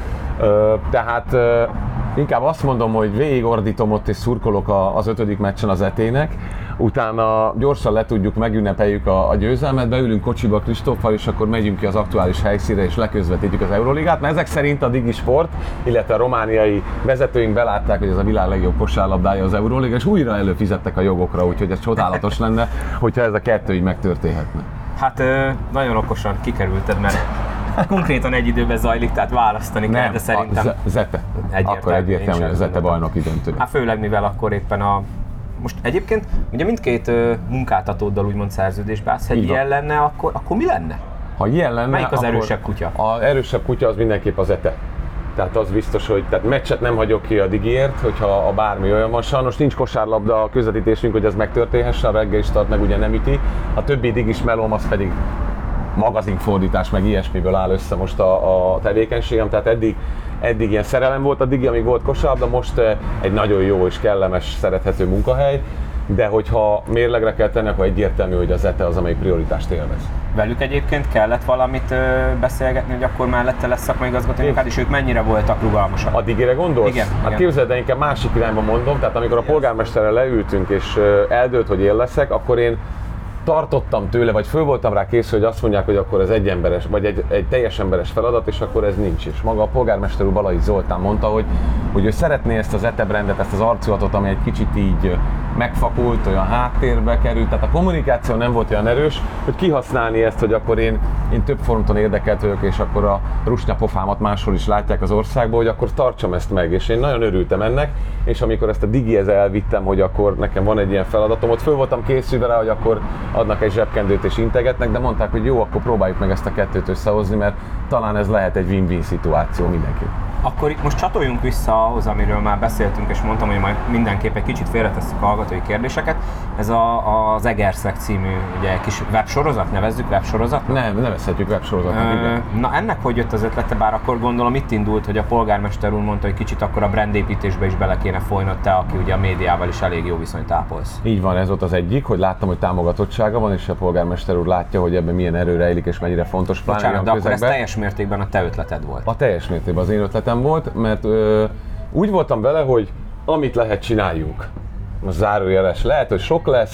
Tehát inkább azt mondom, hogy végigordítom ott és szurkolok az 5. meccsen az Zetének, utána gyorsan le tudjuk, megünnepeljük a győzelmet, beülünk kocsiba Kristóffal, és akkor megyünk ki az aktuális helyszínre és leközvetítjük az Euróligát, mert ezek szerint a Digi Sport, illetve a romániai vezetőink belátták, hogy ez a világ legjobb kosárlabdája az Euróliga, és újra előfizettek a jogokra, úgyhogy ez csodálatos lenne, hogyha ez a kettő így megtörténhetne. Hát nagyon okosan kikerülted, mert konkrétan egy időben zajlik, tehát választani kell, de szerintem... Zete. Akkor egyértelmű, hogy a Zete bajnoki döntő. Hát főleg mivel akkor éppen most egyébként ugye mindkét munkáltatóddal úgymond szerződésbe állsz, ha ilyen lenne, akkor mi lenne? Ha ilyen lenne, melyik az erősebb kutya? Az erősebb kutya az mindenképp a Zete. Tehát az biztos, hogy tehát meccset nem hagyok ki a Digiért, hogyha a bármi olyan van. Sajnos nincs kosárlabda a közvetítésünk, hogy ez megtörténhessen, a reggeli start meg ugye nem üti. A többi Digis melóm az pedig magazinfordítás, meg ilyesmiből áll össze most a tevékenységem, tehát eddig ilyen szerelem volt a Digi, amíg volt kosárlabda, most egy nagyon jó és kellemes, szerethető munkahely, de hogyha mérlegre kell tenni, akkor egyértelmű, hogy a Zete az, amelyik prioritást élvez. Velük egyébként kellett valamit beszélgetni, hogy akkor mellette lesz szakmai igazgató munkád, és ők mennyire voltak rugalmasak? A Digire gondolsz? Igen. Hát képzeld, de inkább másik irányba mondom, tehát amikor a polgármesterrel leültünk és eldőlt, hogy én leszek, akkor én tartottam tőle, vagy föl voltam rá készül, hogy azt mondják, hogy akkor ez egy emberes, vagy egy teljes emberes feladat, és akkor ez nincs. És maga a polgármester úr Balai Zoltán mondta, hogy ő szeretné ezt az Zete brandet, ezt az arculatot, ami egy kicsit így megfakult, olyan háttérbe került, tehát a kommunikáció nem volt olyan erős, hogy kihasználni ezt, hogy akkor én több fronton érdekelt vagyok, és akkor a rusnya pofámat máshol is látják az országban, hogy akkor tartsam ezt meg, és én nagyon örültem ennek, és amikor ezt a Digihez elvittem, hogy akkor nekem van egy ilyen feladatom, ott föl voltam készülve rá, hogy akkor adnak egy zsebkendőt és integetnek, de mondták, hogy jó, akkor próbáljuk meg ezt a kettőt összehozni, mert talán ez lehet egy win-win szituáció mindenki. Akkor itt most csatoljunk vissza ahhoz, amiről már beszéltünk, és mondtam, hogy majd mindenképp egy kicsit félretesszük a hallgatói kérdéseket. Ez az Egerszeg című ugye, kis websorozat, nevezzük websorozatnak? Nem, nevezhetjük websorozatnak. Na ennek hogy jött az ötlete, bár akkor gondolom itt indult, hogy a polgármester úr mondta, hogy kicsit akkor a brandépítésbe is bele kéne folynod te, aki ugye a médiával is elég jó viszonyt ápolsz. Így van, ez volt az egyik, hogy láttam, hogy támogatottsága van, és a polgármester úr látja, hogy ebben milyen erő rejlik, és mennyire fontos pláne. Bocsánat, de akkor ez teljes mértékben a te ötleted volt. A teljes mértékben az én ötletem volt, mert úgy voltam vele, hogy amit lehet, csináljunk. Most zárójeles, lehet, hogy sok lesz,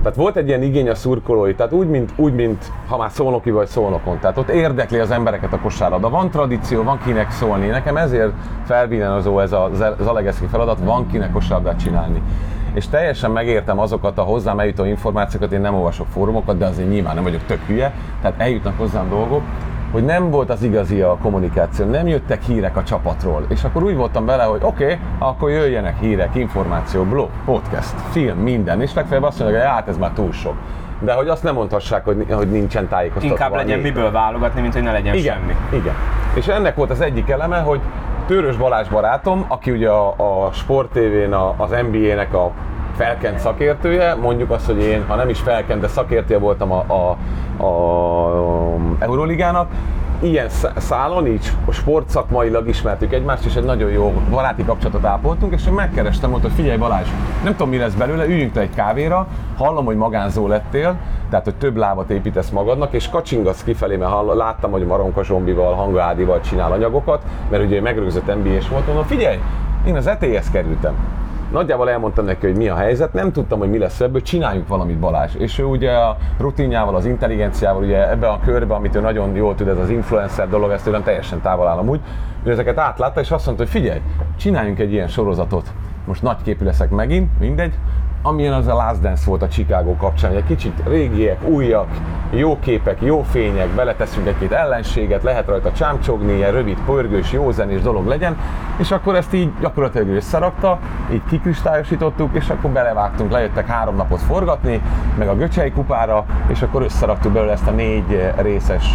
Tehát volt egy ilyen igény a szurkolói, tehát úgy, mint ha már Szolnoki vagy Szolnokon. Tehát ott érdekli az embereket a kosárlabda. Van tradíció, van kinek szólni. Nekem ezért felvillanozó ez a zalaegerszegi feladat, van kinek kosárlabdát csinálni. És teljesen megértem azokat a hozzám eljutó információkat, én nem olvasok fórumokat, de azért nyilván nem vagyok tök hülye, tehát eljutnak hozzám dolgok, hogy nem volt az igazi a kommunikáció, nem jöttek hírek a csapatról. És akkor úgy voltam vele, hogy oké, akkor jöjjenek hírek, információ, blog, podcast, film, minden. És legfeljebb azt mondják, hogy hát ez már túl sok. De hogy azt nem mondhassák, hogy nincsen tájékoztatva. Inkább legyen miből válogatni, mint hogy ne legyen semmi. Igen. És ennek volt az egyik eleme, hogy Tőrös Balázs barátom, aki ugye a Sport TV-n az NBA-nek a felkent szakértője, mondjuk azt, hogy én, ha nem is felkent, de szakértője voltam a Euroligának. Ilyen szálon így sportszakmailag ismertük egymást, és egy nagyon jó baráti kapcsolatot ápoltunk, és én megkerestem, mondta, hogy figyelj Balázs, nem tudom mi lesz belőle, üljünk le egy kávéra, hallom, hogy magánzó lettél, tehát hogy több lábat építesz magadnak, és kacsingasz kifelé, mert láttam, hogy Maronka Zsombival, Hanga Ádival csinál anyagokat, mert ugye megrögzött NBA-s volt, mondom, figyelj, én az ETS kerültem. Nagyjából elmondtam neki, hogy mi a helyzet, nem tudtam, hogy mi lesz ebből, csináljuk valamit Balázs. És ő ugye a rutinjával, az intelligenciával, ugye ebbe a körbe, amit ő nagyon jól tud, ez az influencer dolog, ezt tőlem teljesen távol áll amúgy, ő ezeket átlátta, és azt mondta, hogy figyelj, csináljunk egy ilyen sorozatot. Most nagyképű leszek megint, mindegy, amilyen az a Last Dance volt a Chicago kapcsán, egy kicsit régiek, újak, jó képek, jó fények, beleteszünk egy-két ellenséget, lehet rajta csámcsogni, ilyen rövid, pörgős, jó zenés dolog legyen, és akkor ezt így gyakorlatilag összerakta, így kikristályosítottuk, és akkor belevágtunk, lejöttek 3 napot forgatni, meg a Göcsei kupára, és akkor összeraktuk belőle ezt a 4 részes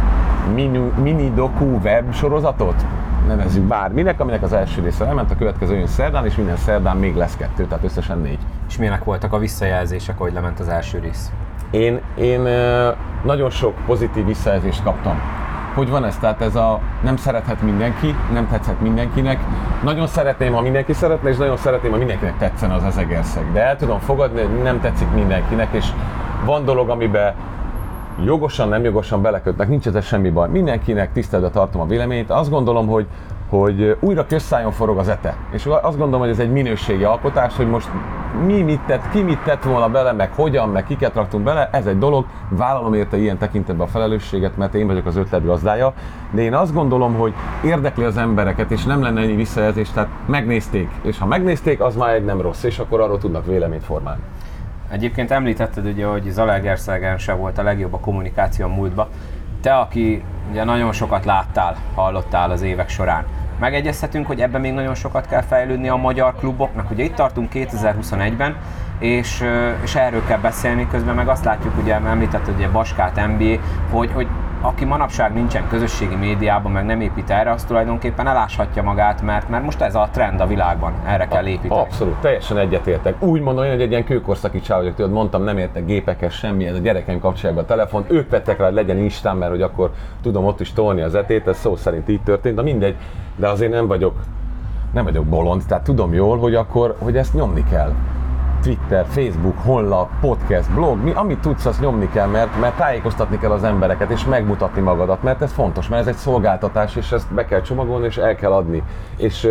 mini doku web sorozatot, nevezzük bárminek, aminek az első része elment, a következő jön szerdán, és minden szerdán még lesz 2, tehát összesen 4. És milyenek voltak a visszajelzések, hogy lement az első rész? Én nagyon sok pozitív visszajelzést kaptam. Hogy van ez? Tehát ez a nem szerethet mindenki, nem tetszett mindenkinek. Nagyon szeretném, ha mindenki szeretne, és nagyon szeretném, ha mindenkinek tetszene az Ezegerszeg. De el tudom fogadni, hogy nem tetszik mindenkinek, és van dolog, amiben jogosan, nem jogosan belekötnek, nincs ezzel semmi baj. Mindenkinek tiszteletben tartom a véleményt. Azt gondolom, hogy újra közszájon forog az ETE. És azt gondolom, hogy ez egy minőségi alkotás, hogy most ki mit tett volna bele, meg hogyan, meg kiket raktunk bele, ez egy dolog, vállalom érte ilyen tekintetben a felelősséget, mert én vagyok az ötlet gazdája, de én azt gondolom, hogy érdekli az embereket, és nem lenne ennyi visszajelzés, tehát megnézték, és ha megnézték, az már egy nem rossz, és akkor arról tudnak véleményt formálni. Egyébként említetted ugye, hogy Zalaegerszegen se volt a legjobb a kommunikáció a múltban. Te, aki ugye nagyon sokat láttál, hallottál az évek során, megegyezhetünk, hogy ebben még nagyon sokat kell fejlődni a magyar kluboknak. Ugye itt tartunk 2021-ben, és erről kell beszélni, közben meg azt látjuk, ugye említetted ugye Baskát, NBA, hogy aki manapság nincsen közösségi médiában, meg nem épít erre, az tulajdonképpen eláshatja magát, mert most ez a trend a világban, erre kell építeni. Abszolút, teljesen egyetértek. Úgy mondom én, hogy egy ilyen kőkorszaki csáv vagyok, tudod, mondtam, nem értek gépekhez semmi, ez a gyerekeim kapcsolják be a telefont, ők vettek rá, hogy legyen Instán, mert hogy akkor tudom ott is tolni az etét, ez szó szerint így történt, de mindegy, de azért nem vagyok bolond, tehát tudom jól, hogy ezt nyomni kell. Twitter, Facebook, honlap, podcast, blog, amit tudsz, azt nyomni kell, mert tájékoztatni kell az embereket, és megmutatni magadat, mert ez fontos, mert ez egy szolgáltatás, és ezt be kell csomagolni, és el kell adni. És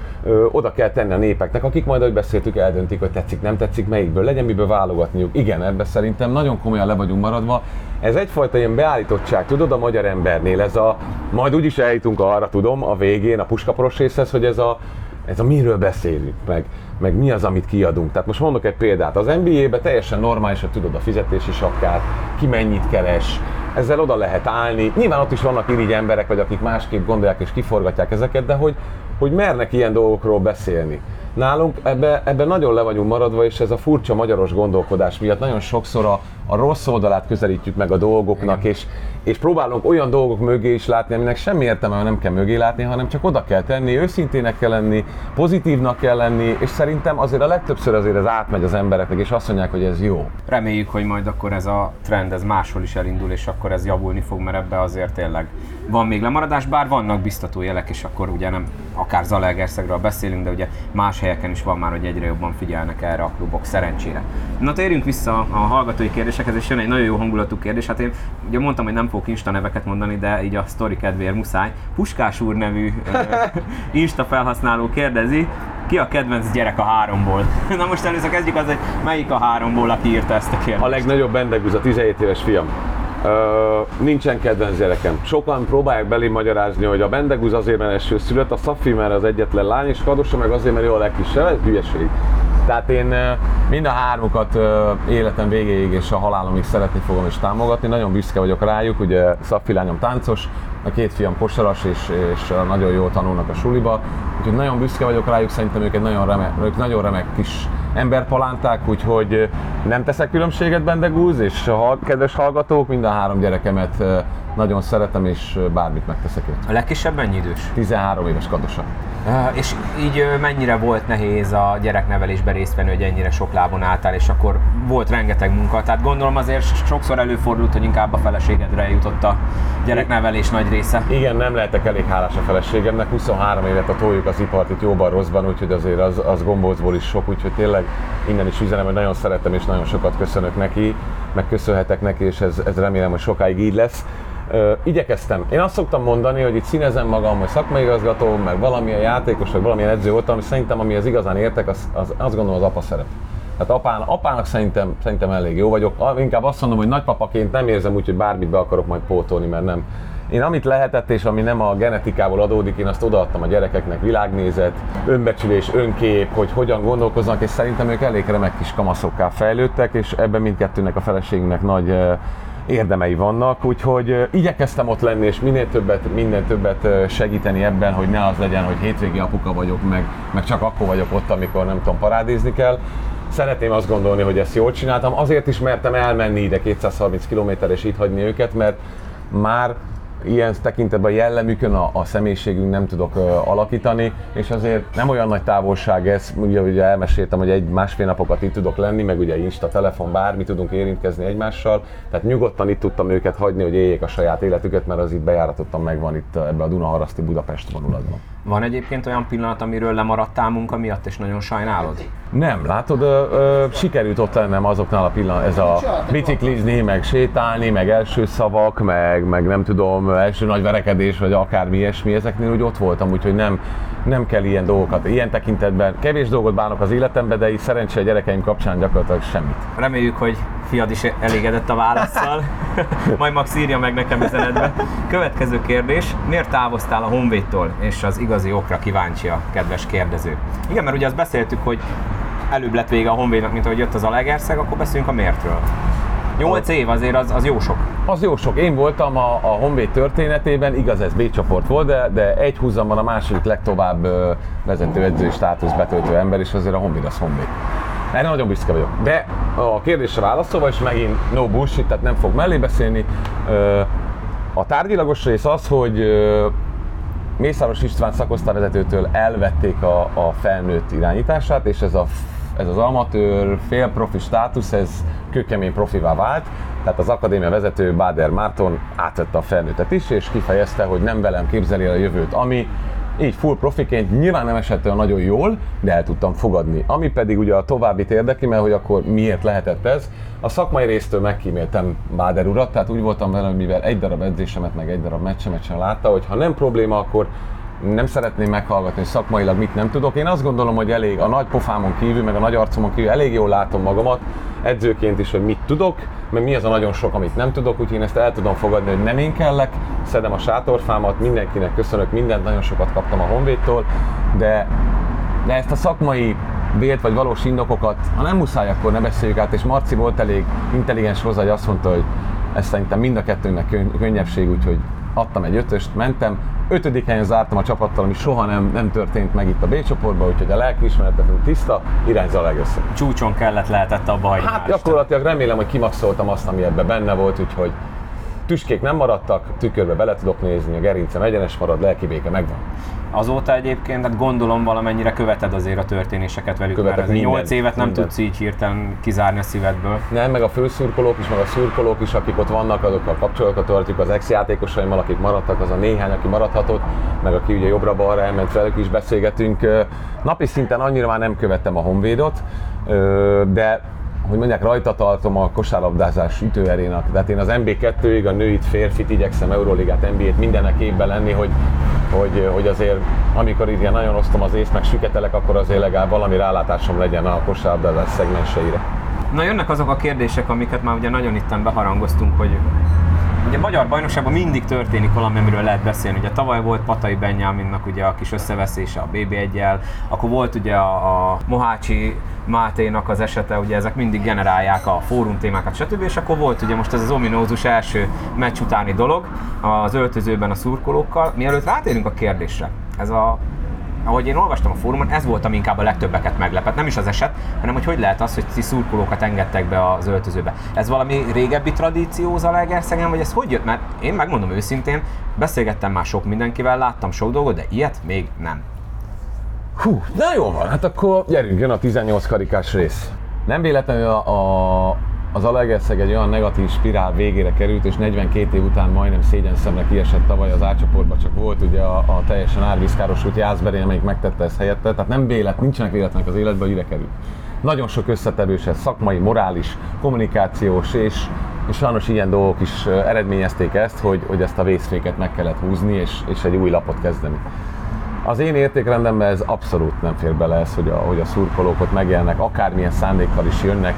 oda kell tenni a népeknek, akik majd, ahogy beszéltük, eldöntik, hogy tetszik, nem tetszik, melyikből legyen, miből válogatniuk. Igen, ebben szerintem nagyon komolyan le vagyunk maradva. Ez egyfajta ilyen beállítottság, tudod, a magyar embernél, majd úgyis eljutunk arra, tudom, a végén, a puskaporos részhez, hogy ez a miről beszélünk, meg mi az, amit kiadunk. Tehát most mondok egy példát, az NBA-ben teljesen normális, hogy tudod a fizetési sapkát, ki mennyit keres, ezzel oda lehet állni. Nyilván ott is vannak irigy emberek, vagy akik másképp gondolják és kiforgatják ezeket, de hogy mernek ilyen dolgokról beszélni. Nálunk ebben nagyon le vagyunk maradva, és ez a furcsa magyaros gondolkodás miatt nagyon sokszor a rossz oldalát közelítjük meg a dolgoknak, és próbálunk olyan dolgok mögé is látni, aminek semmi értelme nem kell mögé látni, hanem csak oda kell tenni, őszintének kell lenni, pozitívnak kell lenni, és szerintem azért a legtöbbször azért ez átmegy az embereknek, és azt mondják, hogy ez jó. Reméljük, hogy majd akkor ez a trend ez máshol is elindul, és akkor ez javulni fog, mert ebbe azért tényleg van még lemaradás, bár vannak biztató jelek, és akkor ugye nem akár Zalaegerszegről beszélünk, de ugye más helyeken is van már, hogy egyre jobban figyelnek erre a klubok, szerencsére. Na térjünk vissza a hallgatói kérdésekhez, és jön egy nagyon jó hangulatú kérdés. Hát én ugye mondtam, hogy nem fogok Insta neveket mondani, de így a sztori kedvéért muszáj. Puskás úr nevű Insta felhasználó kérdezi, Ki a kedvenc gyerek a háromból? Na most először kezdjük az, hogy melyik a háromból, aki írta ezt a kérdést. A legnagyobb Bendegúz, a 17 éves fiam. Nincsen kedvenc gyerekem. Sokan próbálják belém magyarázni, hogy a Bendegúz azért, mert első szület, a Szafi, mert az egyetlen lány, és Kadosa meg azért, mert ő a legkisebb, ez hülyeség. Tehát én mind a hármukat életem végéig és a halálomig szeretni fogom és támogatni. Nagyon büszke vagyok rájuk, ugye Szafi lányom táncos, a két fiam kosaras és nagyon jól tanulnak a suliba. Úgyhogy nagyon büszke vagyok rájuk, szerintem ők egy nagyon remek kis emberpalánták, úgyhogy nem teszek különbséget Bendegúz, és kedves hallgatók, mind a három gyerekemet nagyon szeretem, és bármit megteszek őt. A legkisebb mennyi idős? 13 éves Kadosa. És így mennyire volt nehéz a gyereknevelésbe részt venni, hogy ennyire sok lábon álltál, és akkor volt rengeteg munka, tehát gondolom azért sokszor előfordult, hogy inkább a feleségedre jutott a gyereknevelés nagy része. Igen, nem lehetek elég hálás a feleségemnek, 23 évet a toljuk az ipart itt jóban, rosszban, úgyhogy azért az gombócból is sok, úgyhogy tényleg innen is üzenem, hogy nagyon szeretem és nagyon sokat köszönök neki, meg köszönhetek neki, és ez remélem, hogy sokáig így lesz. Igyekeztem. Én azt szoktam mondani, hogy itt színezem magam, hogy szakmai igazgató, meg valamilyen játékos, vagy valamilyen edző voltam, és szerintem ami az igazán értek, azt gondolom az apa szerep. Tehát apának szerintem elég jó vagyok. Inkább azt mondom, hogy nagypapaként nem érzem úgy, hogy bármit be akarok majd pótolni, mert nem. Én amit lehetett, és ami nem a genetikából adódik, én azt odaadtam a gyerekeknek, világnézet, önbecsülés, önkép, hogy hogyan gondolkoznak, és szerintem ők elég remek kis kamaszokká fejlődtek, és ebben mindkettőnek a feleségünknek nagy érdemei vannak, úgyhogy igyekeztem ott lenni, és minél többet segíteni ebben, hogy ne az legyen, hogy hétvégi apuka vagyok, meg csak akkor vagyok ott, amikor nem tudom, parádézni kell. Szeretném azt gondolni, hogy ezt jól csináltam, azért is mertem elmenni ide 230 km és itt hagyni őket, mert már ilyen tekintetben a jellemükön a személyiségünk nem tudok alakítani, és azért nem olyan nagy távolság ez, ugye elmeséltem, hogy másfél napokat itt tudok lenni, meg ugye Insta, telefon, bármi tudunk érintkezni egymással, tehát nyugodtan itt tudtam őket hagyni, hogy éljék a saját életüket, mert az itt bejáratottan megvan itt ebbe a Dunaharaszti Budapest vonulatban. Van egyébként olyan pillanat, amiről lemaradtál munka miatt, és nagyon sajnálod? Nem, látod, sikerült ott lennem azoknál a pillanat, ez a biciklizni, meg sétálni, meg első szavak, meg nem tudom, első nagy verekedés, vagy akármi ilyesmi, ezeknél úgy ott voltam, úgyhogy nem kell ilyen dolgokat. Ilyen tekintetben kevés dolgot bánok az életemben, de így szerencsére a gyerekeim kapcsán gyakorlatilag semmit. Reméljük, hogy fiad is elégedett a válasszal. Majd Max írja meg nekem üzenetbe. Következő kérdés, miért távoztál a Honvédtól? És az igazi okra kíváncsi a kedves kérdező. Igen, mert ugye azt beszéltük, hogy előbb lett vége a Honvédnak, mint ahogy jött az Zalaegerszeg, akkor beszéljünk a miértről. 8 év azért az jó sok. Az jó sok. Én voltam a Honvéd történetében, igaz ez B csoport volt, de egy húzamban a második legtovább vezetőedzői státusz betöltő ember, és azért a Honvéd az Honvéd. Erre nagyon büszke vagyok. De a kérdésre válaszolva, és megint no bullshit, tehát nem fog mellé beszélni. A tárgyilagos rész az, hogy Mészáros István szakosztályvezetőtől elvették a felnőtt irányítását, és ez az amatőr, félprofi státusz, ez kőkemény profivá vált. Tehát az akadémia vezető Báder Márton átvette a felnőttet is, és kifejezte, hogy nem velem képzeli el a jövőt, ami így full profiként nyilván nem esett olyan nagyon jól, de el tudtam fogadni. Ami pedig ugye a továbbit érdekli, mert hogy akkor miért lehetett ez. A szakmai résztől megkíméltem Báder urat, tehát úgy voltam vele, hogy mivel egy darab edzésemet, meg egy darab meccsemet sem látta, hogy ha nem probléma, akkor nem szeretném meghallgatni, hogy szakmailag mit nem tudok. Én azt gondolom, hogy elég a nagy pofámon kívül, meg a nagy arcomon kívül elég jól látom magamat edzőként is, hogy mit tudok, meg mi az a nagyon sok, amit nem tudok, úgyhogy én ezt el tudom fogadni, hogy nem én kellek, szedem a sátorfámat, mindenkinek köszönök mindent, nagyon sokat kaptam a Honvédtól, de ezt a szakmai vélt vagy valós indokokat, ha nem muszáj, akkor ne beszéljük át, és Marci volt elég intelligens hozzá, hogy azt mondta, hogy ez szerintem mind a kettőnknek könnyebbség, úgyhogy adtam egy 5-öst, mentem. 5. helyen zártam a csapattal, ami soha nem történt meg itt a B csoportban, úgyhogy a lelkiismeretem tiszta, irány Zalaegerszeg. Csúcson lehetett abba hagyni. Hát gyakorlatilag remélem, hogy kimaxoltam azt, ami ebben benne volt, úgyhogy tüskék nem maradtak, tükörbe bele tudok nézni, a gerincem egyenes marad, lelki béke megvan. Azóta egyébként, hát gondolom valamennyire követed azért a történéseket velük, követek mert 8 évet nem tudsz így hirtelen kizárni a szívedből. Nem, meg a főszurkolók is, meg a szurkolók is, akik ott vannak, azokkal kapcsolatokat tartjuk, az ex-játékosaimmal, akik maradtak, az a néhány, aki maradhatott, meg aki ugye jobbra-balra elment, velük is beszélgetünk. Napi szinten annyira már nem követtem a Honvédot, de hogy mondják, rajta tartom a kosárlabdázás ütőerének. Tehát én az NB2-ig, a nőit, férfit igyekszem, Euroligát, NBA-t mindennek képben lenni, hogy hogy azért amikor így nagyon osztom az észt, meg süketelek, akkor azért legalább valami rálátásom legyen a kosárlabdázás szegmenseire. Na jönnek azok a kérdések, amiket már ugye nagyon itten beharangoztunk, hogy ugye a magyar bajnokságban mindig történik valami, amiről lehet beszélni. Ugye tavaly volt Patai Benjaminnak ugye a kis összeveszése a BB1-jel, akkor volt ugye a Mohácsi Máténak az esete, ugye ezek mindig generálják a fórum témákat, stb. És akkor volt ugye most ez az ominózus első meccs utáni dolog az öltözőben a szurkolókkal. Mielőtt rátérünk a kérdésre, ahogy én olvastam a fórumon, ez volt, ami inkább a legtöbbeket meglepett. Nem is az eset, hanem hogy lehet az, hogy ti szurkolókat engedtek be az öltözőbe. Ez valami régebbi tradíció Zalaegerszegen, vagy ez hogy jött? Mert én megmondom őszintén, beszélgettem már sok mindenkivel, láttam sok dolgot, de ilyet még nem. Hú, na jó van, hát akkor gyerünk, jön a 18 karikás rész. Nem véletlenül az Zalaegerszeg egy olyan negatív spirál végére került, és 42 év után majdnem szégyenszemre kiesett tavaly az A csoportba, csak volt ugye a teljesen árvízkárosult Jászberény, amelyik megtette ezt helyette, tehát nem nincsenek véletlenek az életben, hogy ide került. Nagyon sok összetevős ez, szakmai, morális, kommunikációs, és sajnos ilyen dolgok is eredményezték ezt, hogy ezt a vészféket meg kellett húzni, és egy új lapot kezdeni. Az én értékrendemben ez abszolút nem fér bele ez, hogy a szurkolók ott megjelennek, akármilyen szándékkal is jönnek.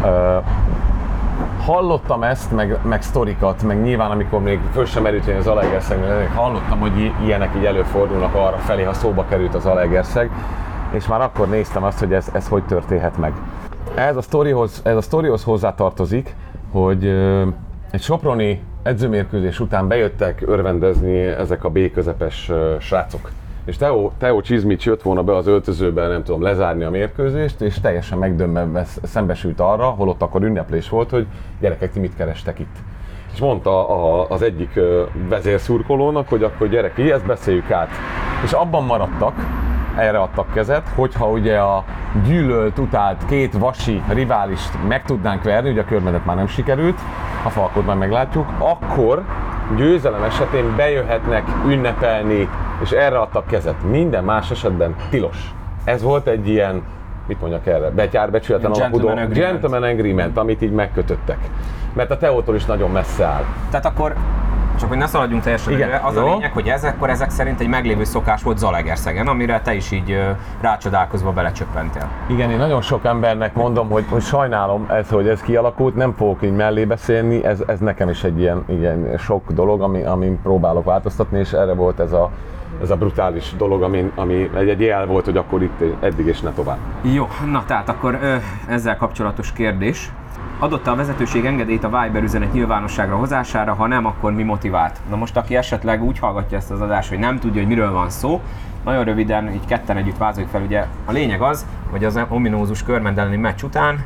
Hallottam ezt, meg sztorikat, meg nyilván amikor még föl sem merült, hogy az Zalaegerszegnél, hallottam, hogy ilyenek így előfordulnak arra felé, ha szóba került az Zalaegerszeg, és már akkor néztem azt, hogy ez hogy történhet meg. Ez a sztorihoz hozzátartozik, hogy egy soproni edzőmérkőzés után bejöttek örvendezni ezek a B-közepes srácok. És Teo Csizmics jött volna be az öltözőbe, nem tudom, lezárni a mérkőzést, és teljesen megdöbbenve szembesült arra, holott akkor ünneplés volt, hogy gyerekek, ti mit kerestek itt. És mondta az egyik vezérszurkolónak, hogy akkor gyerekek, ezt beszéljük át. És abban maradtak, erre adtak kezet, hogyha ugye a gyűlölt, utált két vasi riválist meg tudnánk verni, ugye a körmenet már nem sikerült, a Falkot majd meglátjuk, akkor győzelem esetén bejöhetnek ünnepelni, és erre adtak kezet. Minden más esetben tilos. Ez volt egy ilyen, mit mondjak erre, betyárbecsületen alapuló gentleman agreement, amit így megkötöttek. Mert a Teótól is nagyon messze áll. Tehát akkor, csak hogy ne szaladjunk teljesen előre, az a lényeg, hogy ezek szerint egy meglévő szokás volt Zalaegerszegen, amire te is így rácsodálkozva belecsöppentél. Igen, én nagyon sok embernek mondom, hogy sajnálom, hogy ez kialakult, nem fogok így mellé beszélni, ez nekem is egy ilyen sok dolog, amin próbálok változtatni, és erre volt ez a brutális dolog, ami egy jel volt, hogy akkor itt eddig és ne tovább. Jó, na tehát akkor ezzel kapcsolatos kérdés. Adott a vezetőség engedélyt a Viber üzenet nyilvánosságra hozására, ha nem, akkor mi motivált? Na most, aki esetleg úgy hallgatja ezt az adást, hogy nem tudja, hogy miről van szó, nagyon röviden, így ketten együtt vázoljuk fel, ugye a lényeg az, hogy az ominózus Körmend elleni meccs után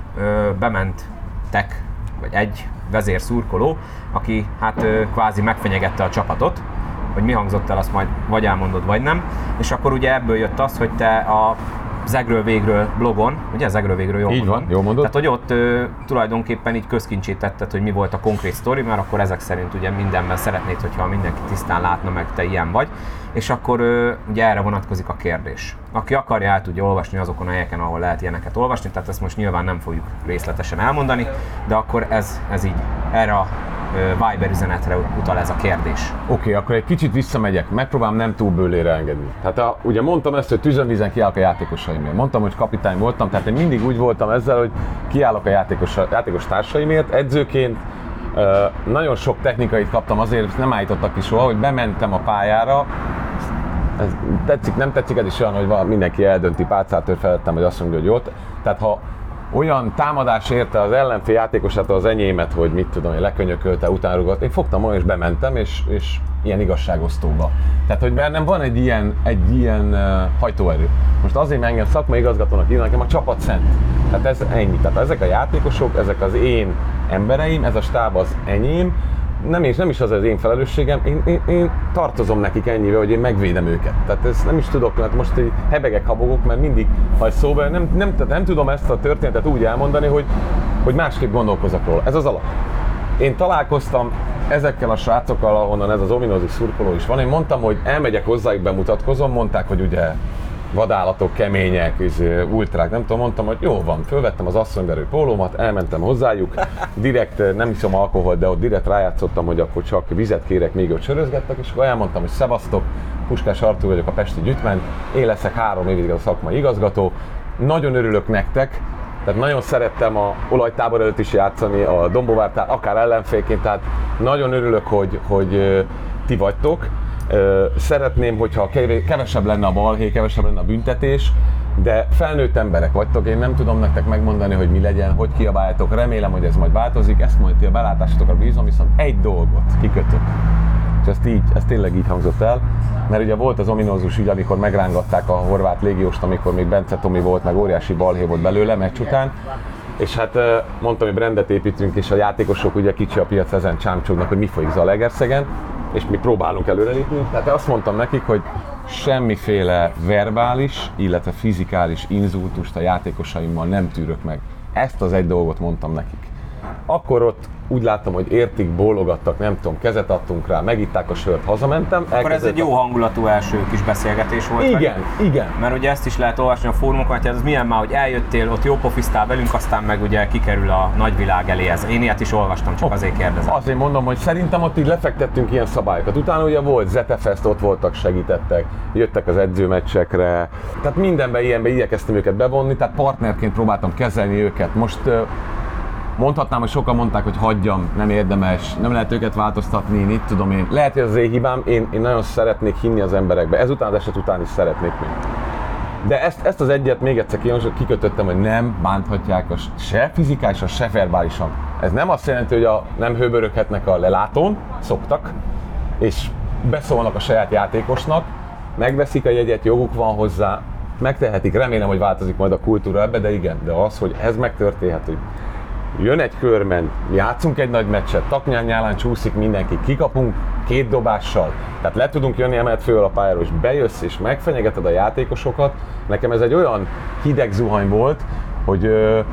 bementek, vagy egy vezérszurkoló, aki hát kvázi megfenyegette a csapatot, hogy mi hangzott el, azt majd vagy elmondod, vagy nem, és akkor ugye ebből jött az, hogy te a Zegről Végről blogon, ugye Zegről Végről jól mondom? Így van, jól mondod. Tehát, hogy ott tulajdonképpen így közkincsét tetted, hogy mi volt a konkrét sztori, mert akkor ezek szerint ugye mindenben szeretnéd, hogyha mindenki tisztán látna, meg te ilyen vagy. És akkor ugye erre vonatkozik a kérdés. Aki akarja, el tudja olvasni azokon a helyeken, ahol lehet ilyeneket olvasni, tehát ezt most nyilván nem fogjuk részletesen elmondani, de akkor ez így erre a Viber üzenetre utal ez a kérdés. Oké, akkor egy kicsit visszamegyek, megpróbálom nem túl bőlére engedni. Tehát ugye mondtam ezt, hogy tűzön-vízen kiállok a játékosaimért. Mondtam, hogy kapitány voltam, tehát én mindig úgy voltam ezzel, hogy kiállok a játékos társaimért, edzőként. Nagyon sok technikait kaptam, azért nem állítottak ki soha, hogy bementem a pályára. Ez tetszik, nem tetszik, ez is olyan, hogy mindenki eldönti, pálcától felettem, hogy azt mondja, hogy jó. Tehát ha olyan támadás érte az ellenfél játékosától az enyémet, hogy mit tudom, hogy lekönyökölte, utánrugott, én fogtam olyan és bementem, és ilyen igazságosztóba. Tehát, hogy bennem van egy ilyen hajtóerő. Most azért, mert engem szakmai igazgatónak írnak, nekem a csapat szent. Tehát ez ennyi. Tehát ezek a játékosok, ezek az én embereim, ez a stáb az enyém, nem is az én felelősségem, én tartozom nekik ennyivel, hogy én megvédem őket. Tehát ezt nem is tudok, mert most így hebegek, habogok, mert mindig, ha szóba, nem tudom ezt a történetet úgy elmondani, hogy másképp gondolkozok róla. Ez az alap. Én találkoztam ezekkel a srácokkal, ahonnan ez az ominózus szurkoló is van. Én mondtam, hogy elmegyek hozzájuk, bemutatkozom, mondták, hogy ugye vadállatok, kemények, ultrák, nem tudom, mondtam, hogy jó van, fölvettem az asszonyverő pólómat, elmentem hozzájuk, direkt, nem iszom alkoholt, de ott direkt rájátszottam, hogy akkor csak vizet kérek, még ott sörözgettek, és akkor elmondtam, hogy szevasztok, Puskás Artúr vagyok, a Pesti Gyütmen, én leszek 3 évig a szakmai igazgató. Nagyon örülök nektek, tehát nagyon szerettem a olajtábor előtt is játszani, a Dombóvár, akár ellenfélként, tehát nagyon örülök, hogy ti vagytok. Szeretném, hogyha kevesebb lenne a balhé, kevesebb lenne a büntetés, de felnőtt emberek vagytok, én nem tudom nektek megmondani, hogy mi legyen, hogy kiabáljátok, remélem, hogy ez majd változik, ezt majd ti a belátásotokra bízom, viszont egy dolgot kikötök. És ez tényleg így hangzott el, mert ugye volt az ominózus ügy, amikor megrángatták a horvát légióst, amikor még Bence Tomi volt, meg óriási balhé volt belőle meccs után, és hát mondtam, hogy brandet építünk, és a játékosok ugye kicsi a piac, ezen csámcsognak, hogy mi folyik Zalaegerszegen, és mi próbálunk előrelépni. Tehát azt mondtam nekik, hogy semmiféle verbális, illetve fizikális inzultust a játékosaimmal nem tűrök meg. Ezt az egy dolgot mondtam nekik. Akkor ott úgy láttam, hogy értik, bólogattak, nem tudom, kezet adtunk rá, megitták a sört, hazamentem. Akkor ez egy jó hangulatú első kis beszélgetés volt. Igen. Mert ugye ezt is lehet olvasni a fórumokon, hogy ez milyen már, hogy eljöttél, ott jó pofisztál velünk, aztán meg ugye kikerül a nagyvilág elé ez. Én ilyet is olvastam, csak azért kérdezem. Azért mondom, hogy szerintem ott így lefektettünk ilyen szabályokat. Utána ugye volt Zetefest, ott voltak, segítettek, jöttek az edzőmeccsekre. Tehát mindenben ilyenben igyekeztem őket bevonni, tehát partnerként próbáltam kezelni őket. Most mondhatnám, hogy sokan mondták, hogy hagyjam, nem érdemes, nem lehet őket változtatni, mit tudom én. Lehet, hogy ez az én hibám, én nagyon szeretnék hinni az emberekbe, ezután az eset után is szeretnék még. De ezt az egyet még egyszer kikötöttem, hogy nem bánthatják se fizikálisan, se verbálisan. Ez nem azt jelenti, hogy nem hőböröghetnek a lelátón, szoktak, és beszólnak a saját játékosnak, megveszik a jegyet, joguk van hozzá, megtehetik, remélem, hogy változik majd a kultúra ebbe, de igen, de az, hogy ez megtörténhet, hogy jön egy körben, játszunk egy nagy meccset, taknyán nyálán csúszik mindenki, kikapunk 2 dobással, tehát le tudunk jönni emelt föl a pályáról, és bejössz és megfenyegeted a játékosokat. Nekem ez egy olyan hideg zuhany volt, hogy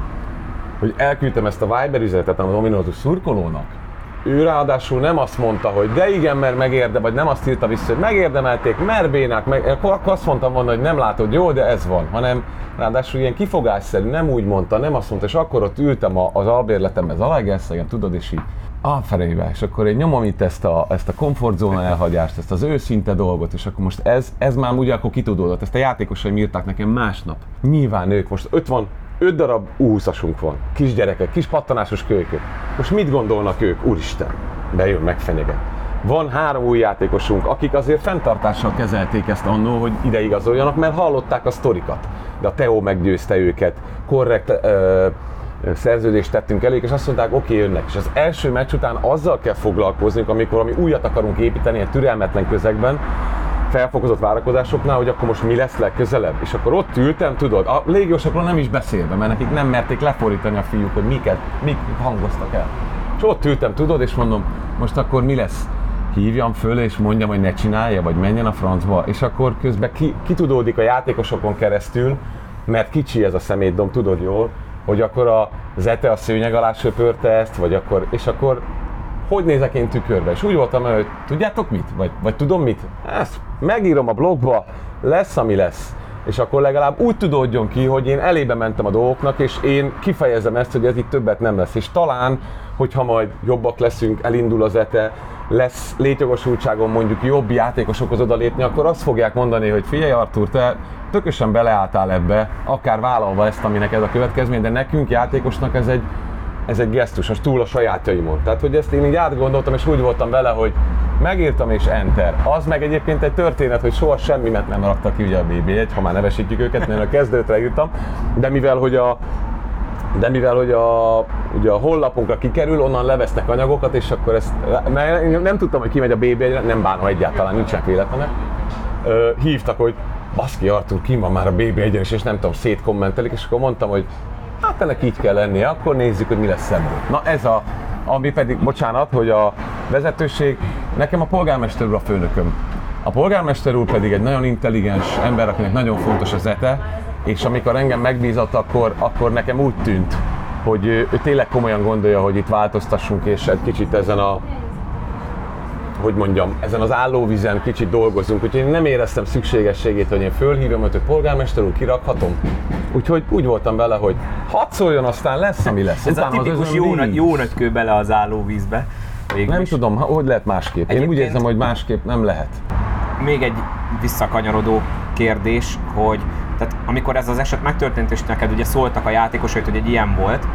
elküldtem ezt a Viber üzenetet az ominózus szurkolónak. Ő ráadásul nem azt mondta, hogy de igen, mert megérdem, vagy nem azt írta vissza, hogy megérdemelték, mert bénák, akkor azt mondtam volna, hogy nem látod, jó, de ez van, hanem ráadásul ilyen kifogásszerű, nem úgy mondta, nem azt mondta, és akkor ott ültem az albérletemben, Zalaegerszegen, tudod, és így felébe, és akkor én nyomom itt ezt a komfortzóna elhagyást, ezt az őszinte dolgot, és akkor most ez már ugye akkor kitudódott, ezt a játékosaim írták nekem másnap. Nyilván ők most 5 darab U20-asunk van, kisgyerekek, kis pattanásos kölykök. Most mit gondolnak ők? Úristen, bejön, megfenyeget. Van 3 új játékosunk, akik azért fenntartással kezelték ezt annól, hogy ide igazoljanak, mert hallották a sztorikat. De a Teó meggyőzte őket, korrekt szerződést tettünk elég, és azt mondták, oké, jönnek. És az első meccs után azzal kell foglalkoznunk, amikor ami újat akarunk építeni egy türelmetlen közegben, felfokozott várakozásoknál, hogy akkor most mi lesz legközelebb. És akkor ott ültem, tudod, a légiósokról nem is beszélve, mert nekik nem merték lefordítani a fiúk, hogy mik hangoztak el. És ott ültem, tudod, és mondom, most akkor mi lesz? Hívjam föl, és mondjam, hogy ne csinálja, vagy menjen a francba. És akkor közben kitudódik a játékosokon keresztül, mert kicsi ez a szemétdom, tudod jól, hogy akkor a Zete a szőnyeg alá söpörte ezt, vagy akkor, és akkor hogy nézek én tükörbe? És úgy voltam, hogy tudjátok mit? Vagy tudom mit? Ezt megírom a blogba, lesz, ami lesz. És akkor legalább úgy tudódjon ki, hogy én elébe mentem a dolgoknak, és én kifejezem ezt, hogy ez itt többet nem lesz. És talán, hogyha majd jobbak leszünk, elindul az ETE, lesz létjogosultságon mondjuk jobb játékosokhoz odalépni, akkor azt fogják mondani, hogy figyelj Artúr, te tökösen beleálltál ebbe, akár vállalva ezt, aminek ez a következmény, de nekünk játékosnak ez egy gesztus, most túl a sajátjaimon. Tehát, hogy ezt én így átgondoltam, és úgy voltam vele, hogy megírtam és enter. Az meg egyébként egy történet, hogy soha semmimet nem raktak ki ugye a BB1, ha már nevesítjük őket, mert a kezdőtre írtam, de mivel hogy ugye a honlapunkra kikerül, onnan levesznek anyagokat, és akkor ezt nem tudtam, hogy kimegy a BB1-re, nem bánom egyáltalán, nincsenek véletlenek. Hívtak, hogy baszki Artúr, ki van már a BB1-en, és nem tudom, szétkommentelik, és akkor mondtam, hogy hát ennek így kell lennie, akkor nézzük, hogy mi lesz ebből. Na ez ami pedig, bocsánat, hogy a vezetőség, nekem a polgármester úr a főnököm. A polgármester úr pedig egy nagyon intelligens ember, akinek nagyon fontos az ETE, és amikor engem megbízott, akkor nekem úgy tűnt, hogy ő tényleg komolyan gondolja, hogy itt változtassunk, és egy kicsit ezen az állóvízen kicsit dolgozunk, úgyhogy én nem éreztem szükségességét, hogy én fölhívom, hogy polgármester úr, kirakhatom. Úgyhogy úgy voltam vele, hogy hadd szóljon, aztán lesz, ami lesz. Ez utána a tipikus jó nötkő bele az állóvízbe. Nem tudom, hogy lehet másképp. Én úgy érzem, hogy másképp nem lehet. Még egy visszakanyarodó kérdés, hogy tehát amikor ez az eset megtörtént, és neked ugye szóltak a játékosait, hogy egy ilyen volt,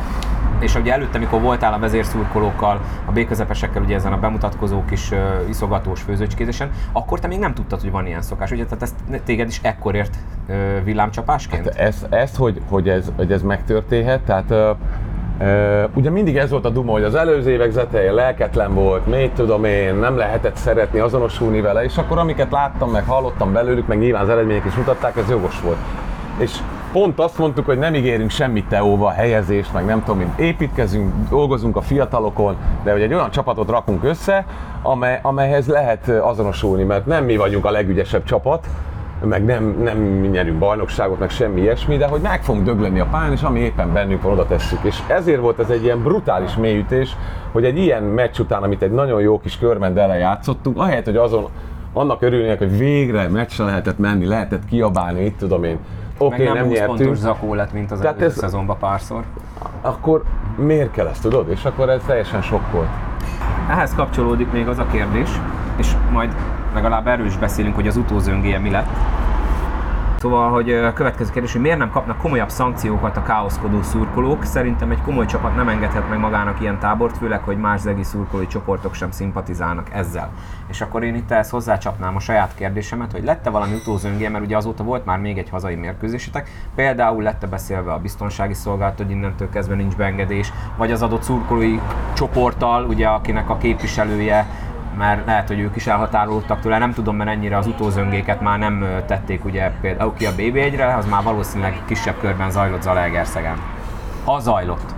és ugye előtte, amikor voltál a vezérszurkolókkal, a B-közepesekkel ugye ezen a bemutatkozó kis iszogatós főzőcskézésen, akkor te még nem tudtad, hogy van ilyen szokás, ugye? Tehát ezt téged is ekkor ért villámcsapásként? Hát hogy ez megtörténhet, tehát ugye mindig ez volt a duma, hogy az előző évek Zetei lelketlen volt, mit tudom én, nem lehetett szeretni, azonosulni vele, és akkor amiket láttam, meg hallottam belőlük, meg nyilván az eredmények is mutatták, ez jogos volt. És pont azt mondtuk, hogy nem ígérünk semmit Teóval, helyezést, meg nem tudom, mint építkezünk, dolgozunk a fiatalokon, de hogy egy olyan csapatot rakunk össze, amelyhez lehet azonosulni, mert nem mi vagyunk a legügyesebb csapat, meg nem nyerünk bajnokságot, meg semmi ilyesmi, de hogy meg fogunk dögleni a pályán, és ami éppen bennünk van, oda tesszük. És ezért volt ez egy ilyen brutális mélyütés, hogy egy ilyen meccs után, amit egy nagyon jó kis körmendellel játszottunk, ahelyett, hogy annak örülnének, hogy végre meccsre lehetett menni, lehetett kiabálni, itt tudom én. Oké, nem 20 pontos zakó lett, mint az előző szezonban párszor. Akkor miért kell ezt, tudod? És akkor ez teljesen sokkolt. Ehhez kapcsolódik még az a kérdés, és majd legalább erről is beszélünk, hogy az utózöngéje mi lett. Szóval, hogy a következő kérdés, hogy miért nem kapnak komolyabb szankciókat a káoszkodó szurkolók? Szerintem egy komoly csapat nem engedhet meg magának ilyen tábort, főleg, hogy más zegi szurkolói csoportok sem szimpatizálnak ezzel. És akkor én itt ehhez hozzácsapnám a saját kérdésemet, hogy lett-e valami utózöngéje, mert ugye azóta volt már még egy hazai mérkőzésetek, például lett-e beszélve a biztonsági szolgálat, hogy innentől kezdve nincs beengedés, vagy az adott szurkolói csoporttal, ugye akinek a képviselője, mert lehet, hogy ők is elhatárolódtak tőle, nem tudom, mert ennyire az utózöngéket már nem tették ugye például ki a BB1-re, az már valószínűleg kisebb körben zajlott Zalaegerszegen. Ha zajlott.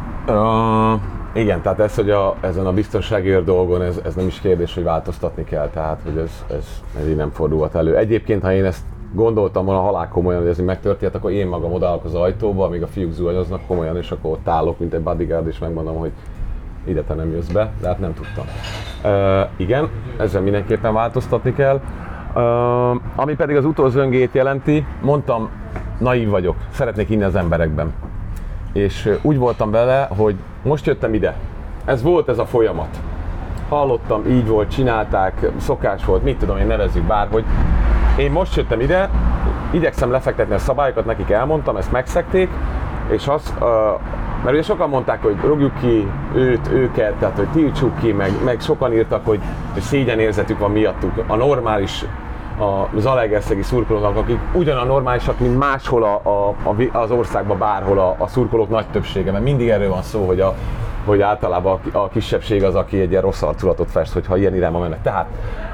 Igen, tehát ez, hogy ezen a biztonsági őr dolgon, ez nem is kérdés, hogy változtatni kell, tehát hogy ez így nem fordulhat elő. Egyébként, ha én ezt gondoltam volna halál komolyan, hogy ez így megtörtént, akkor én magam odállok az ajtóba, amíg a fiúk zuhanyoznak komolyan, és akkor ott állok, mint egy bodyguard, és megmondom, hogy ide te nem jössz be, de hát nem tudtam. Igen, ezzel mindenképpen változtatni kell. Ami pedig az utózöngét jelenti, mondtam, naív vagyok, szeretnék inni az emberekben. És úgy voltam vele, hogy most jöttem ide. Ez volt ez a folyamat. Hallottam, így volt, csinálták, szokás volt, mit tudom én, nevezzük bárhogy. Én most jöttem ide, igyekszem lefektetni a szabályokat, nekik elmondtam, ezt megszegték, és mert ugye sokan mondták, hogy rúgjuk ki őket, tehát hogy tiltsuk ki, meg sokan írtak, hogy szégyenérzetük van miattuk. A normális, a zalaegerszegi szurkolók, akik ugyanolyan normálisak, mint máshol az országban bárhol a szurkolók nagy többsége, mert mindig erről van szó, hogy általában a kisebbség az, aki egy ilyen rossz arculatot fest, hogyha ilyen irányba mennek. Tehát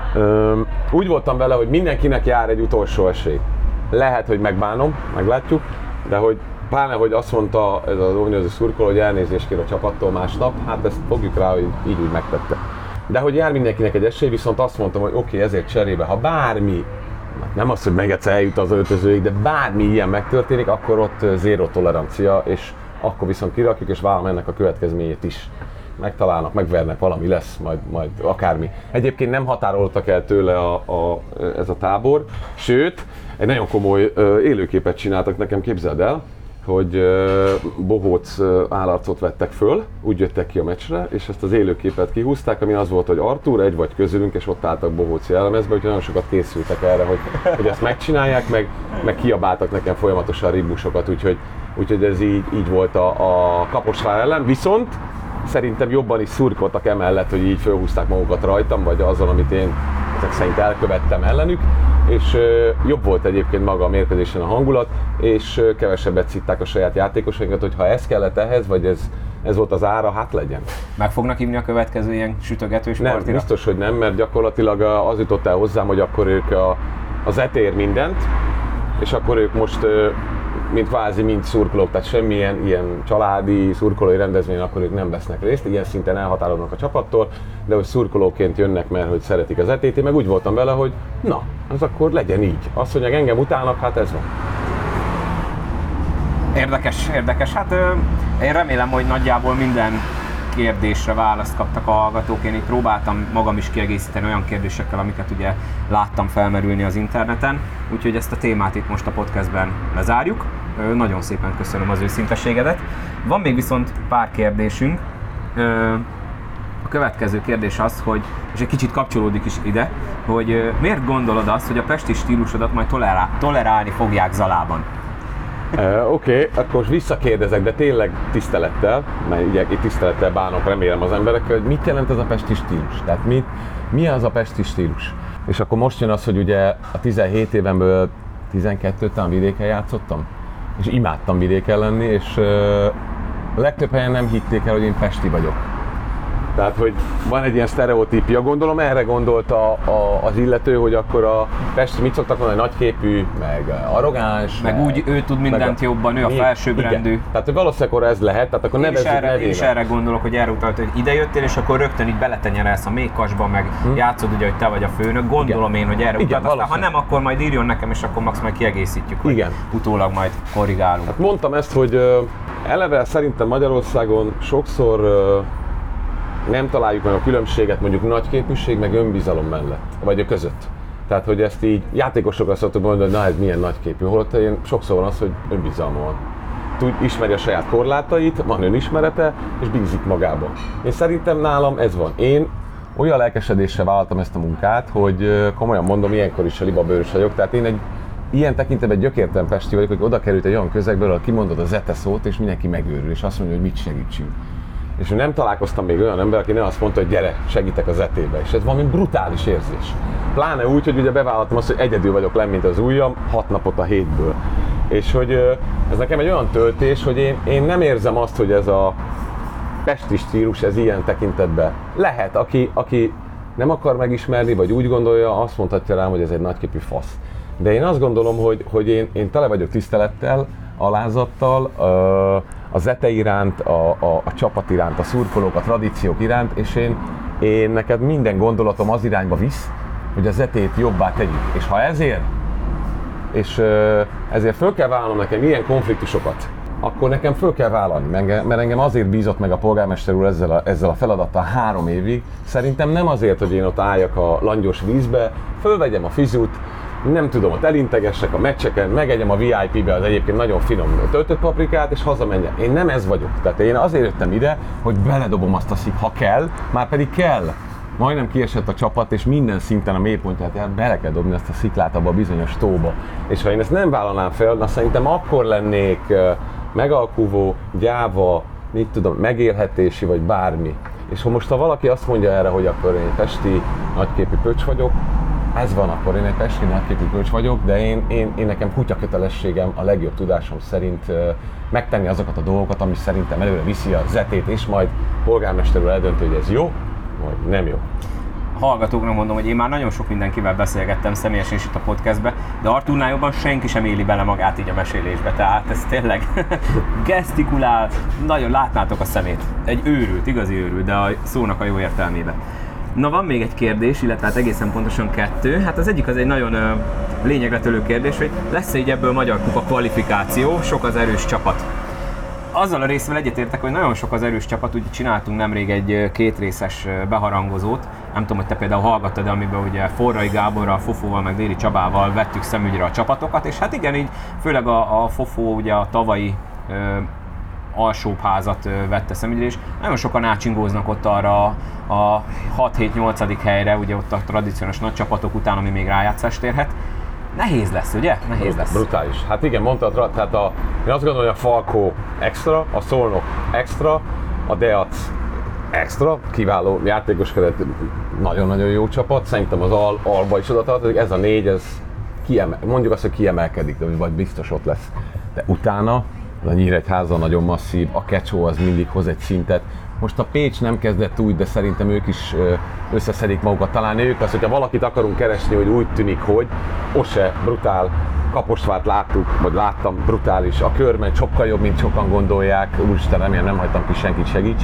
úgy voltam vele, hogy mindenkinek jár egy utolsó esély. Lehet, hogy megbánom, meglátjuk, de hogy pláne, hogy azt mondta ez az óvnyőző szurkoló, hogy elnézést kér a csapattól másnap, hát ezt fogjuk rá, hogy így úgy megtette. De hogy jár mindenkinek egy esély, viszont azt mondtam, hogy oké, ezért cserébe, ha bármi, nem az, hogy meg egyszer eljut az öltözőig, de bármi ilyen megtörténik, akkor ott zéró tolerancia, és akkor viszont kirakjuk, és vállalom ennek a következményét is. Megtalálnak, megvernek, valami lesz, majd akármi. Egyébként nem határoltak el tőle ez a tábor, sőt, egy nagyon komoly élőképet csináltak nekem, képzeld el, hogy bohóc állarcot vettek föl, úgy jöttek ki a meccsre, és ezt az élőképet kihúzták, ami az volt, hogy Artúr, egy vagy közülünk, és ott álltak bohóc jellemezbe, úgyhogy nagyon sokat készültek erre, hogy ezt megcsinálják, meg kiabáltak nekem folyamatosan ribbusokat, úgyhogy ez így volt a Kaposvár ellen, viszont szerintem jobban is szurkoltak emellett, hogy így fölhúzták magukat rajtam, vagy azon, amit én ezek szerint elkövettem ellenük, és jobb volt egyébként maga a mérkőzésen a hangulat, és kevesebbet szitták a saját játékosainkat, hogy ha ez kellett ehhez, vagy ez volt az ára, hát legyen. Meg fognak hívni a következő ilyen sütögetős partira? Nem, biztos, hogy nem, mert gyakorlatilag az jutott el hozzám, hogy akkor ők az etér mindent, és akkor ők most mint kvázi mind szurkolók, tehát semmilyen ilyen családi, szurkolói rendezvényen akkor ők nem vesznek részt, ilyen szinten elhatárolnak a csapattól, de hogy szurkolóként jönnek, mert hogy szeretik az ETT, meg úgy voltam vele, hogy na, az akkor legyen így. Azt mondják, engem utálnak, hát ez van. Érdekes. Hát én remélem, hogy nagyjából minden kérdésre választ kaptak a hallgatók. Én itt próbáltam magam is kiegészíteni olyan kérdésekkel, amiket ugye láttam felmerülni az interneten, úgyhogy ezt a témát itt most a podcastben lezárjuk. Nagyon szépen köszönöm az őszinteségedet. Van még viszont pár kérdésünk. következő kérdés az, hogy, és egy kicsit kapcsolódik is ide, hogy miért gondolod azt, hogy a pesti stílusodat majd tolerálni fogják Zalában? Oké, akkor most visszakérdezek, de tényleg tisztelettel, mert ugye itt tisztelettel bánok, remélem az emberekkel, hogy mit jelent ez a pesti stílus? Tehát mi az a pesti stílus? És akkor most jön az, hogy ugye a 17 évemből 12 talán vidéken játszottam, és imádtam vidéken lenni, és legtöbb helyen nem hitték el, hogy én pesti vagyok. Tehát, hogy van egy ilyen sztereotípia, gondolom erre gondolt az illető, hogy akkor a pesti mit szoktak mondani, nagyképű, meg arrogáns. Meg úgy ő tud mindent jobban, ő a felsőbbrendű. Igen. Tehát valószínűleg akkor ez lehet, tehát akkor nevezzük nevével. Én is erre gondolok, hogy erre utalt, hogy idejöttél, és akkor rögtön így beletenyerelsz a mékasba, meg játszod ugye, hogy te vagy a főnök. Gondolom én, hogy erre utalt, aztán ha nem, akkor majd írjon nekem, és akkor max majd kiegészítjük, hogy utólag majd korrigálunk. Hát mondtam ezt, hogy eleve szerintem Magyarországon sokszor nem találjuk meg a különbséget mondjuk nagyképűség meg önbizalom mellett, vagy a között. Tehát, hogy ezt így játékosokra szoktuk mondani, hogy na ez milyen nagyképű, holott én sokszor van az, hogy önbizalma van. Ismeri a saját korlátait, van önismerete, és bízik magában. Én szerintem nálam ez van. Én olyan lelkesedéssel vállaltam ezt a munkát, hogy komolyan mondom, ilyenkor is a libabőrös vagyok, tehát én egy ilyen tekintetben gyökértelen pesti vagyok, hogy oda került egy olyan közegből, ahol kimondod a zete szót, és mindenki megőrül, és azt mondja, hogy mit segítsünk. És nem találkoztam még olyan ember, aki ne azt mondta, hogy gyere, segítek a zetébe. És ez valami brutális érzés. Pláne úgy, hogy ugye bevállaltam azt, hogy egyedül vagyok lenn, mint az ujjam, 6 napot a hétből. És hogy ez nekem egy olyan töltés, hogy én nem érzem azt, hogy ez a pesti stílus, ez ilyen tekintetben. Lehet, aki nem akar megismerni, vagy úgy gondolja, azt mondhatja rám, hogy ez egy nagyképű fasz. De én azt gondolom, hogy én tele vagyok tisztelettel, alázattal, a zete iránt, a csapat iránt, a szurkolók, a tradíciók iránt, és én neked minden gondolatom az irányba visz, hogy a zetét jobbá tegyük. És ha ezért föl kell vállalnom nekem ilyen konfliktusokat, akkor nekem föl kell vállalni, mert engem azért bízott meg a polgármester úr ezzel a feladattal 3 évig. Szerintem nem azért, hogy én ott álljak a langyos vízbe, fölvegyem a fizut, nem tudom, ott elintegessek a meccseken, megegyem a VIP-be az egyébként nagyon finom töltött paprikát, és hazamenjek. Én nem ez vagyok. Tehát én azért jöttem ide, hogy beledobom azt a ha kell, már pedig kell. Majdnem kiesett a csapat, és minden szinten a mélypontját bele kell dobni ezt a sziklát abba a bizonyos tóba. És ha én ezt nem vállalnám fel, na szerintem akkor lennék megalkuvó, gyáva, mit tudom, megélhetési vagy bármi. És ha valaki azt mondja erre, hogy akkor én pesti nagyképű pöcs vagyok, ez van, akkor én egy pesti nagyképű pöcs vagyok, de én nekem kutya kötelességem a legjobb tudásom szerint megtenni azokat a dolgokat, ami szerintem előre viszi a zetét, és majd polgármester úr eldöntő, hogy ez jó, vagy nem jó. Hallgatóknak mondom, hogy én már nagyon sok mindenkivel beszélgettem személyesen is itt a podcastbe, de Artúrnál jobban senki sem éli bele magát így a mesélésbe, tehát ez tényleg gesztikulál, nagyon látnátok a szemét. Egy őrült, igazi őrült, de a szónak a jó értelmében. Na, van még egy kérdés, illetve hát egészen pontosan 2. Hát az egyik az egy nagyon lényegre törő kérdés, hogy lesz-e így ebből Magyar Kupa kvalifikáció, sok az erős csapat. Azzal a részvel egyetértek, hogy nagyon sok az erős csapat, úgy csináltunk nemrég egy 2 részes beharangozót. Nem tudom, hogy te például hallgattad, amiben ugye Forrai Gáborral, Fofóval, meg Déri Csabával vettük szemügyre a csapatokat, és hát igen, így főleg a Fofó ugye a tavalyi alsóbb házat vette szemügyre, és nagyon sokan átsingóznak ott arra a 6-7-8. helyre, ugye ott a tradicionális nagy csapatok után, ami még rájátszást érhet. Nehéz lesz, ugye? Nehéz lesz. Brutális. Hát igen, mondtad, tehát én azt gondolom, hogy a Falkó extra, a Szolnok extra, a Deac extra, kiváló játékos keret, nagyon-nagyon jó csapat. Szerintem az Alba is oda tartozik, ez a 4, ez mondjuk azt, hogy kiemelkedik, de vagy biztos ott lesz. De utána a Nyíregyháza nagyon masszív, a Kecsó az mindig hoz egy szintet. Most a Pécs nem kezdett úgy, de szerintem ők is összeszedik magukat. Talán ők az, hogyha valakit akarunk keresni, hogy úgy tűnik, hogy Ose, brutál, Kaposvárt láttuk, vagy láttam, brutális. A Körmen sokkal jobb, mint sokan gondolják. Úristen, remélem nem hagytam ki senkit, segíts.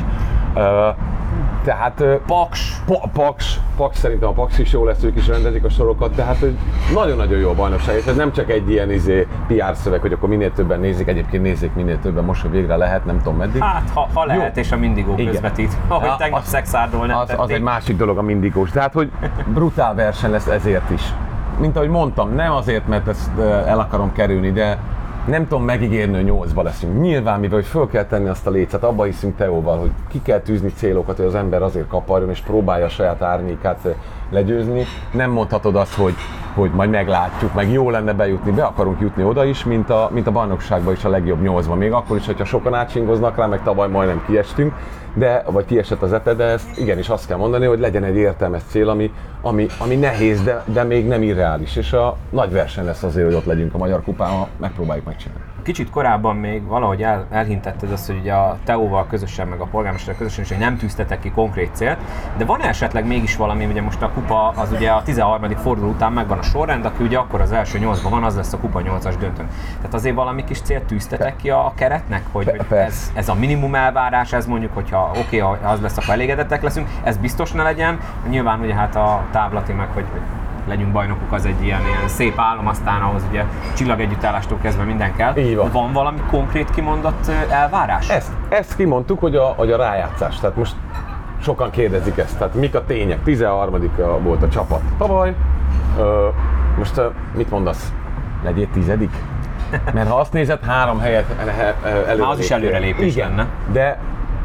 Tehát Paks szerintem a Paks is jó lesz, ők is rendezik a sorokat, tehát nagyon-nagyon jó a bajnokság, és ez nem csak egy ilyen PR szöveg, hogy akkor minél többen nézik, egyébként nézzék minél többen, most, hogy végre lehet, nem tudom meddig. Hát, ha lehet, jó. És a Mindigó közvetít, ahogy tegnap Szexárdról nem tették. Az egy másik dolog a Mindigós, tehát hogy brutál verseny lesz ezért is. Mint ahogy mondtam, nem azért, mert ezt el akarom kerülni, de Nem tudom megígérni, hogy 8-ba leszünk. Nyilván, mivel hogy föl kell tenni azt a lécet, abba hiszünk Teóval, hogy ki kell tűzni célokat, hogy az ember azért kaparjon és próbálja a saját árnyékát legyőzni. Nem mondhatod azt, hogy majd meglátjuk, meg jó lenne bejutni, be akarunk jutni oda is, mint a bajnokságban is a legjobb 8-ba. Még akkor is, hogyha sokan átsingoznak rá, meg tavaly majdnem kiestünk, vagy kiesett az EPE, de ezt igenis azt kell mondani, hogy legyen egy értelmes cél, ami nehéz, de még nem irreális. És a nagy verseny lesz azért, hogy ott legyünk a Magyar Kupában, megpróbáljuk megcsinálni. Kicsit korábban még valahogy elhintetted azt, hogy ugye a Teóval közösen, meg a polgármesterrel közösen is, hogy nem tűztetek ki konkrét célt, de van esetleg mégis valami, ugye most a kupa az ugye a 13. forduló után megvan a sorrend, aki ugye akkor az első 8-ban van, az lesz a kupa 8-as döntőn. Tehát azért valami kis célt tűztetek ki a keretnek, hogy ez a minimum elvárás, ez mondjuk, hogyha oké, ha az lesz, akkor elégedettek leszünk, ez biztos ne legyen. Nyilván ugye hát a távlati meg, hogy legyünk bajnokok, az egy ilyen szép álom, aztán ahhoz ugye csillagegyüttállástól kezdve minden kell. Van valami konkrét kimondott elvárás? Ezt kimondtuk, hogy a rájátszás. Tehát most sokan kérdezik ezt, tehát mik a tények? 13. volt a csapat tavaly, most mit mondasz? Legyél 10. Mert ha azt nézed, 3 helyet előre. Az is előrelépés lenne. De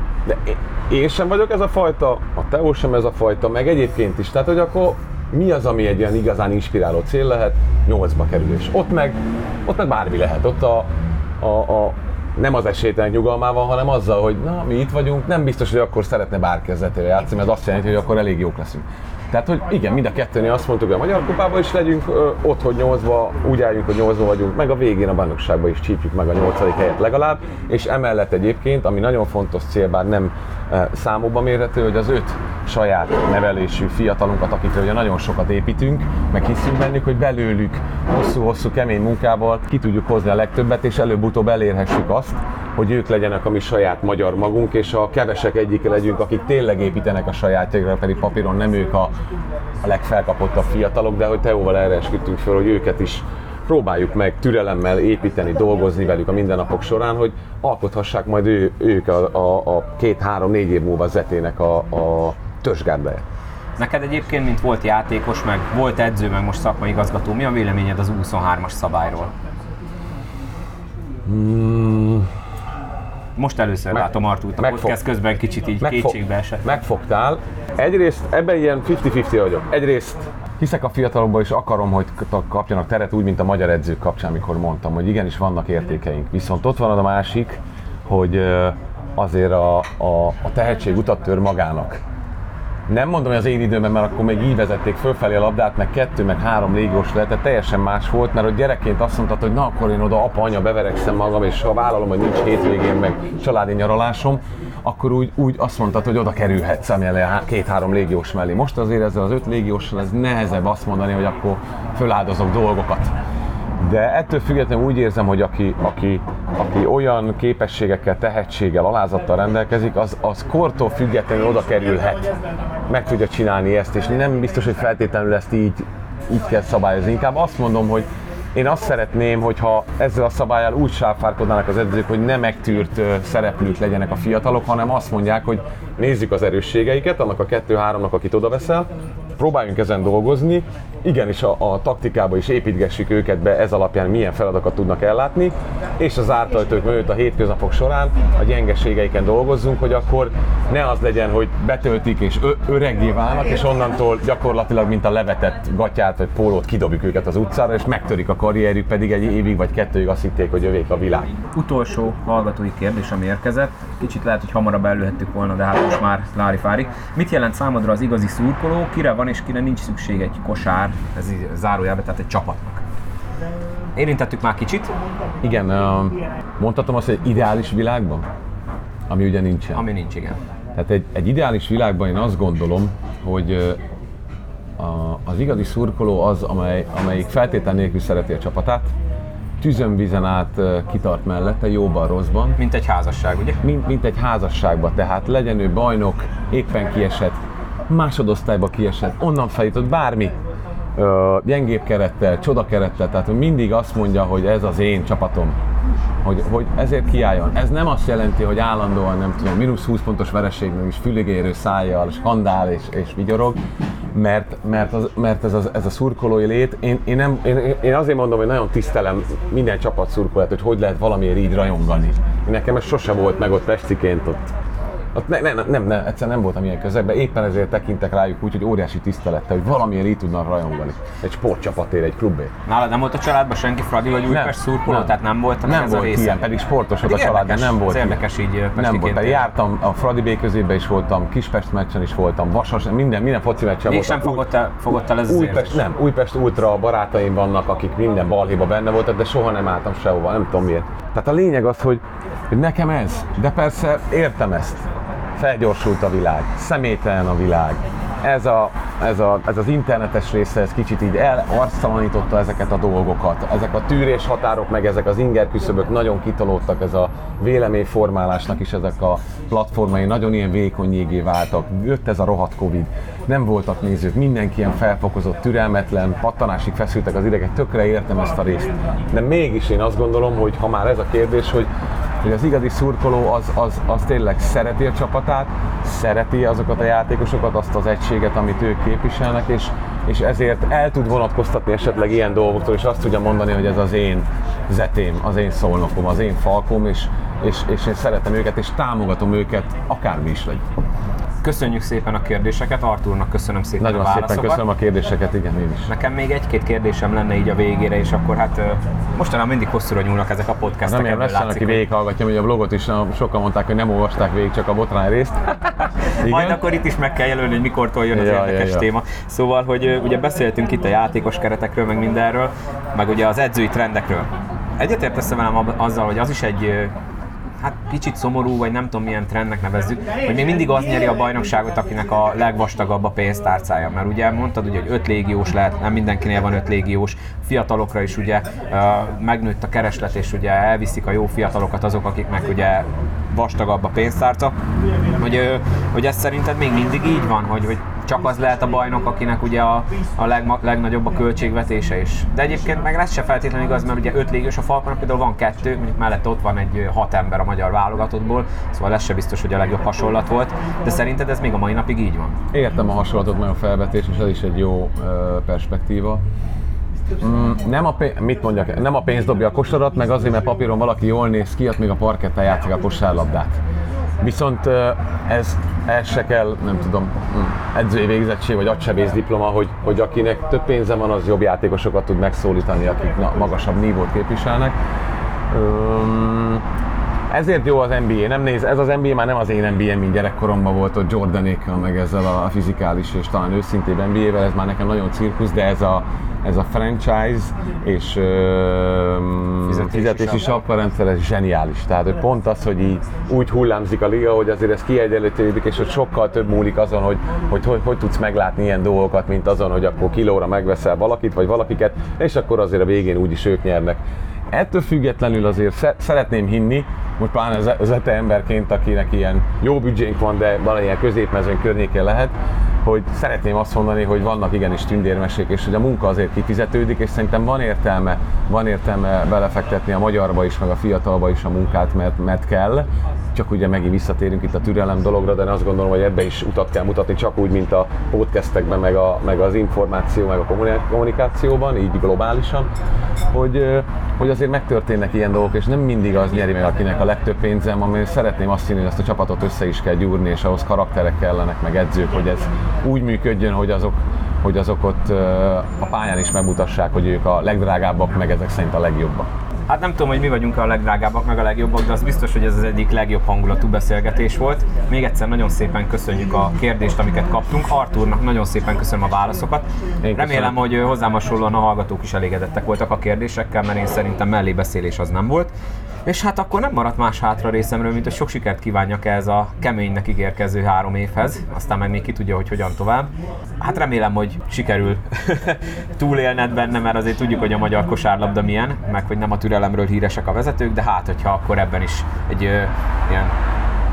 én sem vagyok ez a fajta, a Teó sem ez a fajta, meg egyébként is. Tehát, hogy akkor mi az, ami egy olyan igazán inspiráló cél lehet? 8-ba kerülés. Ott meg bármi lehet. Ott nem az esélytelenek nyugalmával, hanem azzal, hogy na, mi itt vagyunk, nem biztos, hogy akkor szeretne bárki kezdetére játszani, mert az azt jelenti, hogy akkor elég jók leszünk. Tehát, hogy igen, mind a kettőnél azt mondtuk, hogy a Magyar Kupában is legyünk ott, hogy 8-ba, úgy álljunk, hogy 8-ba vagyunk, meg a végén a bajnokságban is csípjük meg a 8. helyet legalább, és emellett egyébként, ami nagyon fontos cél, bár nem számokban mérhető, hogy az 5 saját nevelésű fiatalunkat, akikre ugye nagyon sokat építünk, meg hiszünk bennük, hogy belőlük hosszú-hosszú kemény munkával ki tudjuk hozni a legtöbbet, és előbb-utóbb elérhessük azt, hogy ők legyenek a mi saját magyar magunk, és a kevesek egyike legyünk, akik tényleg építenek a sajátjaikra, pedig papíron nem ők a legfelkapottabb fiatalok, de hogy Teóval erre esküdtünk föl, hogy őket is próbáljuk meg türelemmel építeni, dolgozni velük a mindennapok során, hogy alkothassák majd ők a 2-3-4 év múlva zetének a törzsgárdáját. Neked egyébként, mint volt játékos, meg volt edző, meg most szakmai igazgató, mi a véleményed az U23-as szabályról? Most először látom Artúrt a podcast közben kicsit így kétségbe esett. Megfogtál. Egyrészt ebben ilyen 50-50 vagyok. Egyrészt hiszek a fiatalokban, és akarom, hogy kapjanak teret úgy, mint a magyar edzők kapcsán, amikor mondtam, hogy igenis vannak értékeink. Viszont ott van a másik, hogy azért a tehetség utat tör magának. Nem mondom, hogy az én időmben, mert akkor még így vezették fölfelé a labdát, meg 2, meg 3 légiós lehetett, teljesen más volt, mert hogy gyerekként azt mondtad, hogy na akkor én oda apa, anya beverekszem magam, és ha vállalom, hogy nincs hétvégén, meg családi nyaralásom, akkor úgy azt mondtad, hogy oda kerülhetsz, ami 2-3 légiós mellé. Most azért ezzel az 5 légióssal ez nehezebb azt mondani, hogy akkor föláldozok dolgokat. De ettől függetlenül úgy érzem, hogy aki olyan képességekkel, tehetséggel, alázattal rendelkezik, az kortól függetlenül oda kerülhet. Meg tudja csinálni ezt, és nem biztos, hogy feltétlenül ezt így kell szabályozni. Inkább azt mondom, hogy én azt szeretném, hogyha ezzel a szabállyal úgy sáfárkodnának az edzők, hogy nem megtűrt szereplők legyenek a fiatalok, hanem azt mondják, hogy nézzük az erősségeiket, annak a 2-3-nak, akit oda veszel, próbáljunk ezen dolgozni, igenis a taktikába is építgessük őket be, ez alapján milyen feladatokat tudnak ellátni, és az ártajtók mögött a hétköznapok során a gyengeségeiken dolgozzunk, hogy akkor ne az legyen, hogy betöltik és öreggé válnak, és onnantól gyakorlatilag, mint a levetett gatyát vagy pólót kidobjuk őket az utcára, és megtörik a karrierjük, pedig egy évig vagy 2-ig azt hitték, hogy övék a világ. Utolsó hallgatói kérdés, ami érkezett. Kicsit lehet, hogy hamarabb előhettük volna, de hát most már lári-fári. Mit jelent számodra az igazi szurkoló, kire van és kire nincs szükség egy kosár, ez zárójelben, tehát egy csapatnak? Érintettük már kicsit. Igen, mondhatom azt, hogy egy ideális világban, ami ugye nincsen. Ami nincs, igen. Tehát egy ideális világban én azt gondolom, hogy az igazi szurkoló az, amelyik feltétlen nélkül szereti a csapatát, tűzön vízen át kitart mellette, jóban, rosszban. Mint egy házasság, ugye? Mint egy házasságban, tehát legyen ő bajnok, éppen kiesett, másodosztályba kiesett, onnan feljutott bármi, gyengébb kerettel, csodakerettel, tehát mindig azt mondja, hogy ez az én csapatom, hogy ezért kiálljon. Ez nem azt jelenti, hogy állandóan, nem tudom, -20 pontos vereségnek is füligérő szájjal, skandál és vigyorog, mert ez a szurkolói lét, én azért mondom, hogy nagyon tisztelem minden csapat szurkolát, hogy lehet valamiért így rajongani. Nekem ez sose volt meg ott pestiként ott egyszerűen nem voltam ilyen közegben, éppen ezért tekintek rájuk úgy, hogy óriási tisztelettel, hogy valamiért így tudnak rajongani. Egy sportcsapatért, egy klubért. Nálad nem volt a családban senki Fradi vagy Újpest szurkoló? Tehát nem volt ez a része? Ilyen, pedig sportos volt a család, de nem volt. Érdekes így pestiként. Nem volt, pedig jártam a Fradi B közében is voltam, Kispest meccsen is voltam, Vasas, minden foci meccsen voltam. Mégsem fogott el ez az érzés? Nem, Újpest Ultra barátaim vannak, akik minden balhéba benne voltak, de soha nem álltam sehova, nem tudom miért. Tehát a lényeg az, hogy nekem ez, de persze értem ezt. Felgyorsult a világ, személytelen a világ. Ez az internetes része, ez kicsit így elarctalanította ezeket a dolgokat. Ezek a tűréshatárok, meg ezek az ingerküszöbök nagyon kitolódtak, ez a véleményformálásnak is ezek a platformai nagyon ilyen vékony jégé váltak. Jött ez a rohadt Covid, nem voltak nézők, mindenki ilyen felfokozott, türelmetlen, pattanásig feszültek az idegek, tökre értem ezt a részt. De mégis én azt gondolom, hogy ha már ez a kérdés, hogy az igazi szurkoló az tényleg szereti a csapatát, szereti azokat a játékosokat, azt az egységet, amit ők képviselnek, és ezért el tud vonatkoztatni esetleg ilyen dolgoktól, és azt tudja mondani, hogy ez az én zetém, az én Szolnokom, az én Falkom, és én szeretem őket, és támogatom őket, akármi is legyen. Köszönjük szépen a kérdéseket, Artúrnak köszönöm szépen nagyon a válaszokat. Nagyon szépen köszönöm a kérdéseket, igen, én is. Nekem még egy-két kérdésem lenne így a végére, és akkor hát mostanában mindig hosszúra nyúlnak ezek a podcastek. Remélem lesz olyan, aki végighallgatja, hogy a blogot is sokan mondták, hogy nem olvasták végig, csak a botrány részt. Majd akkor itt is meg kell jelölni, hogy mikortól jön az érdekes téma. Szóval, hogy ugye beszéltünk itt a játékos keretekről, meg mindenről, meg ugye az edzői trendekről. Egyetértesz velem azzal, hogy az is egy hát kicsit szomorú, vagy nem tudom milyen trendnek nevezzük, hogy még mindig az nyeri a bajnokságot, akinek a legvastagabb a pénztárcája. Mert ugye mondtad, ugye, hogy 5 légiós lehet, nem mindenkinél van 5 légiós, fiatalokra is ugye megnőtt a kereslet, és ugye elviszik a jó fiatalokat azok, akiknek ugye vastagabb a pénztárca. Hogy ez szerinted még mindig így van, hogy csak az lehet a bajnok, akinek ugye a legnagyobb a költségvetése is. De egyébként meg ez se feltétlenül igaz, mert ugye 5 légiós a Falkonak például van 2, mondjuk mellett ott van egy 6 ember a magyar válogatottból, szóval ez se biztos, hogy a legjobb hasonlat volt. De szerinted ez még a mai napig így van? Értem a hasonlatot, meg a felvetés, és ez is egy jó perspektíva. Nem a pénz dobja a kosarat, meg azért, mert papíron valaki jól néz ki, ott még a parketten játszik a kosárlabdát. Viszont ez se kell, nem tudom, edzői végzettség vagy agysebész diploma, hogy akinek több pénze van, az jobb játékosokat tud megszólítani, akik magasabb nívót képviselnek. Ezért jó az NBA, ez az NBA már nem az én NBA, mint gyerekkoromban volt ott Jordanékkal, meg ezzel a fizikális és talán őszintébb NBA-vel, ez már nekem nagyon cirkusz, de ez a franchise és fizetési sapkarendszer, ez zseniális. Tehát hogy pont az, hogy így úgy hullámzik a liga, hogy azért ez kiegyenlítődik, és hogy sokkal több múlik azon, hogy tudsz meglátni ilyen dolgokat, mint azon, hogy akkor kilóra megveszel valakit, vagy valakiket, és akkor azért a végén úgyis ők nyernek. Ettől függetlenül azért szeretném hinni, most pláne zete emberként, akinek ilyen jó büdzsénk van, de valamilyen középmezőn környékén lehet, hogy szeretném azt mondani, hogy vannak igenis tündérmesék, és hogy a munka azért kifizetődik, és szerintem van értelme belefektetni a magyarba is, meg a fiatalba is a munkát, mert kell. Csak ugye megint visszatérünk itt a türelem dologra, de én azt gondolom, hogy ebbe is utat kell mutatni, csak úgy, mint a podcastekben, meg az információ, meg a kommunikációban, így globálisan, hogy azért megtörténnek ilyen dolgok, és nem mindig az nyeri meg, akinek a legtöbb pénzem van, mert szeretném azt hinni, hogy ezt a csapatot össze is kell gyúrni, és ahhoz karakterek kellenek, meg edzők, hogy ez úgy működjön, hogy azok ott a pályán is megmutassák, hogy ők a legdrágábbak, meg ezek szerint a legjobbak. Hát nem tudom, hogy mi vagyunk a legdrágábbak, meg a legjobbak, de az biztos, hogy ez az egyik legjobb hangulatú beszélgetés volt. Még egyszer nagyon szépen köszönjük a kérdést, amiket kaptunk. Artúrnak nagyon szépen köszönöm a válaszokat. Remélem, hogy hozzám hasonlóan a hallgatók is elégedettek voltak a kérdésekkel, mert én szerintem mellébeszélés az nem volt. És hát akkor nem maradt más hátra részemről, mint hogy sok sikert kívánjak ez a keménynek ígérkező 3 évhez, aztán meg még ki tudja, hogy hogyan tovább. Hát remélem, hogy sikerül túlélned benne, mert azért tudjuk, hogy a magyar kosárlabda milyen, meg hogy nem a türelemről híresek a vezetők, de hát hogyha akkor ebben is egy ilyen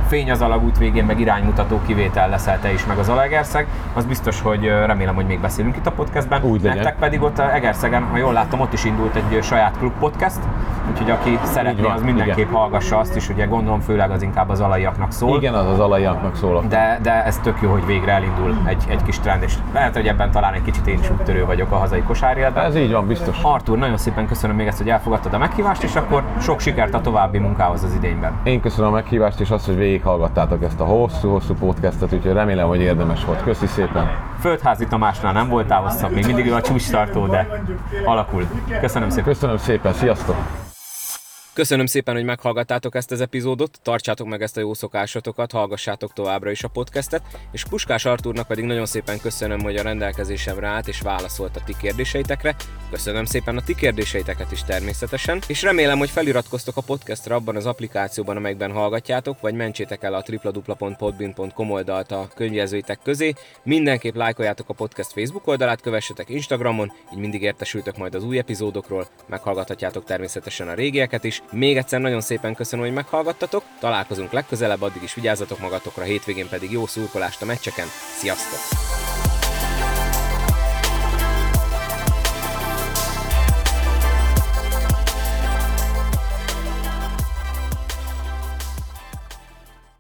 Fény az alagút végén, meg iránymutató kivétel leszel te is, meg az Zalaegerszeg. Az biztos, hogy remélem, hogy még beszélünk itt a podcastben. Úgy legyen. Nektek pedig ott Egerszegen, ha jól láttam, ott is indult egy saját klub podcast, úgyhogy aki szeretné, van, az mindenképp hallgassa azt is, ugye gondolom főleg az inkább az alaiaknak szól. Igen, az alaiaknak szól. De ez tök jó, hogy végre elindul egy kis trend, és lehet, hogy ebben talán egy kicsit én is úttörő vagyok a hazai kosárlabdában. Ez így van, biztos. Artúr, nagyon szépen köszönöm még ezt, hogy elfogadtad a meghívást, és akkor sok sikert a további munkához az idényben. Én köszönöm a meghívást, és azt, hogy végighallgattátok ezt a hosszú podcastet, úgyhogy remélem, hogy érdemes volt. Köszi szépen! Földházi Tamásnál nem voltál hosszabb, még mindig ő a csúcstartó, de alakul. Köszönöm szépen! Köszönöm szépen, sziasztok! Köszönöm szépen, hogy meghallgattátok ezt az epizódot, tartsátok meg ezt a jó szokásotokat, hallgassátok továbbra is a podcastet, és Puskás Artúrnak pedig nagyon szépen köszönöm, hogy a rendelkezésemre állt és válaszolt a ti kérdéseitekre. Köszönöm szépen a ti kérdéseiteket is természetesen, és remélem, hogy feliratkoztok a podcastra abban az applikációban, amelyben hallgatjátok, vagy mentsétek el a www.podbean.com oldalt a könyvjelzőitek közé. Mindenképp lájkoljátok a podcast Facebook oldalát, kövessetek Instagramon, így mindig értesültök majd az új epizódokról, meghallgathatjátok természetesen a régieket is. Még egyszer nagyon szépen köszönöm, hogy meghallgattatok, találkozunk legközelebb, addig is vigyázzatok magatokra, hétvégén pedig jó szurkolást a meccseken, sziasztok!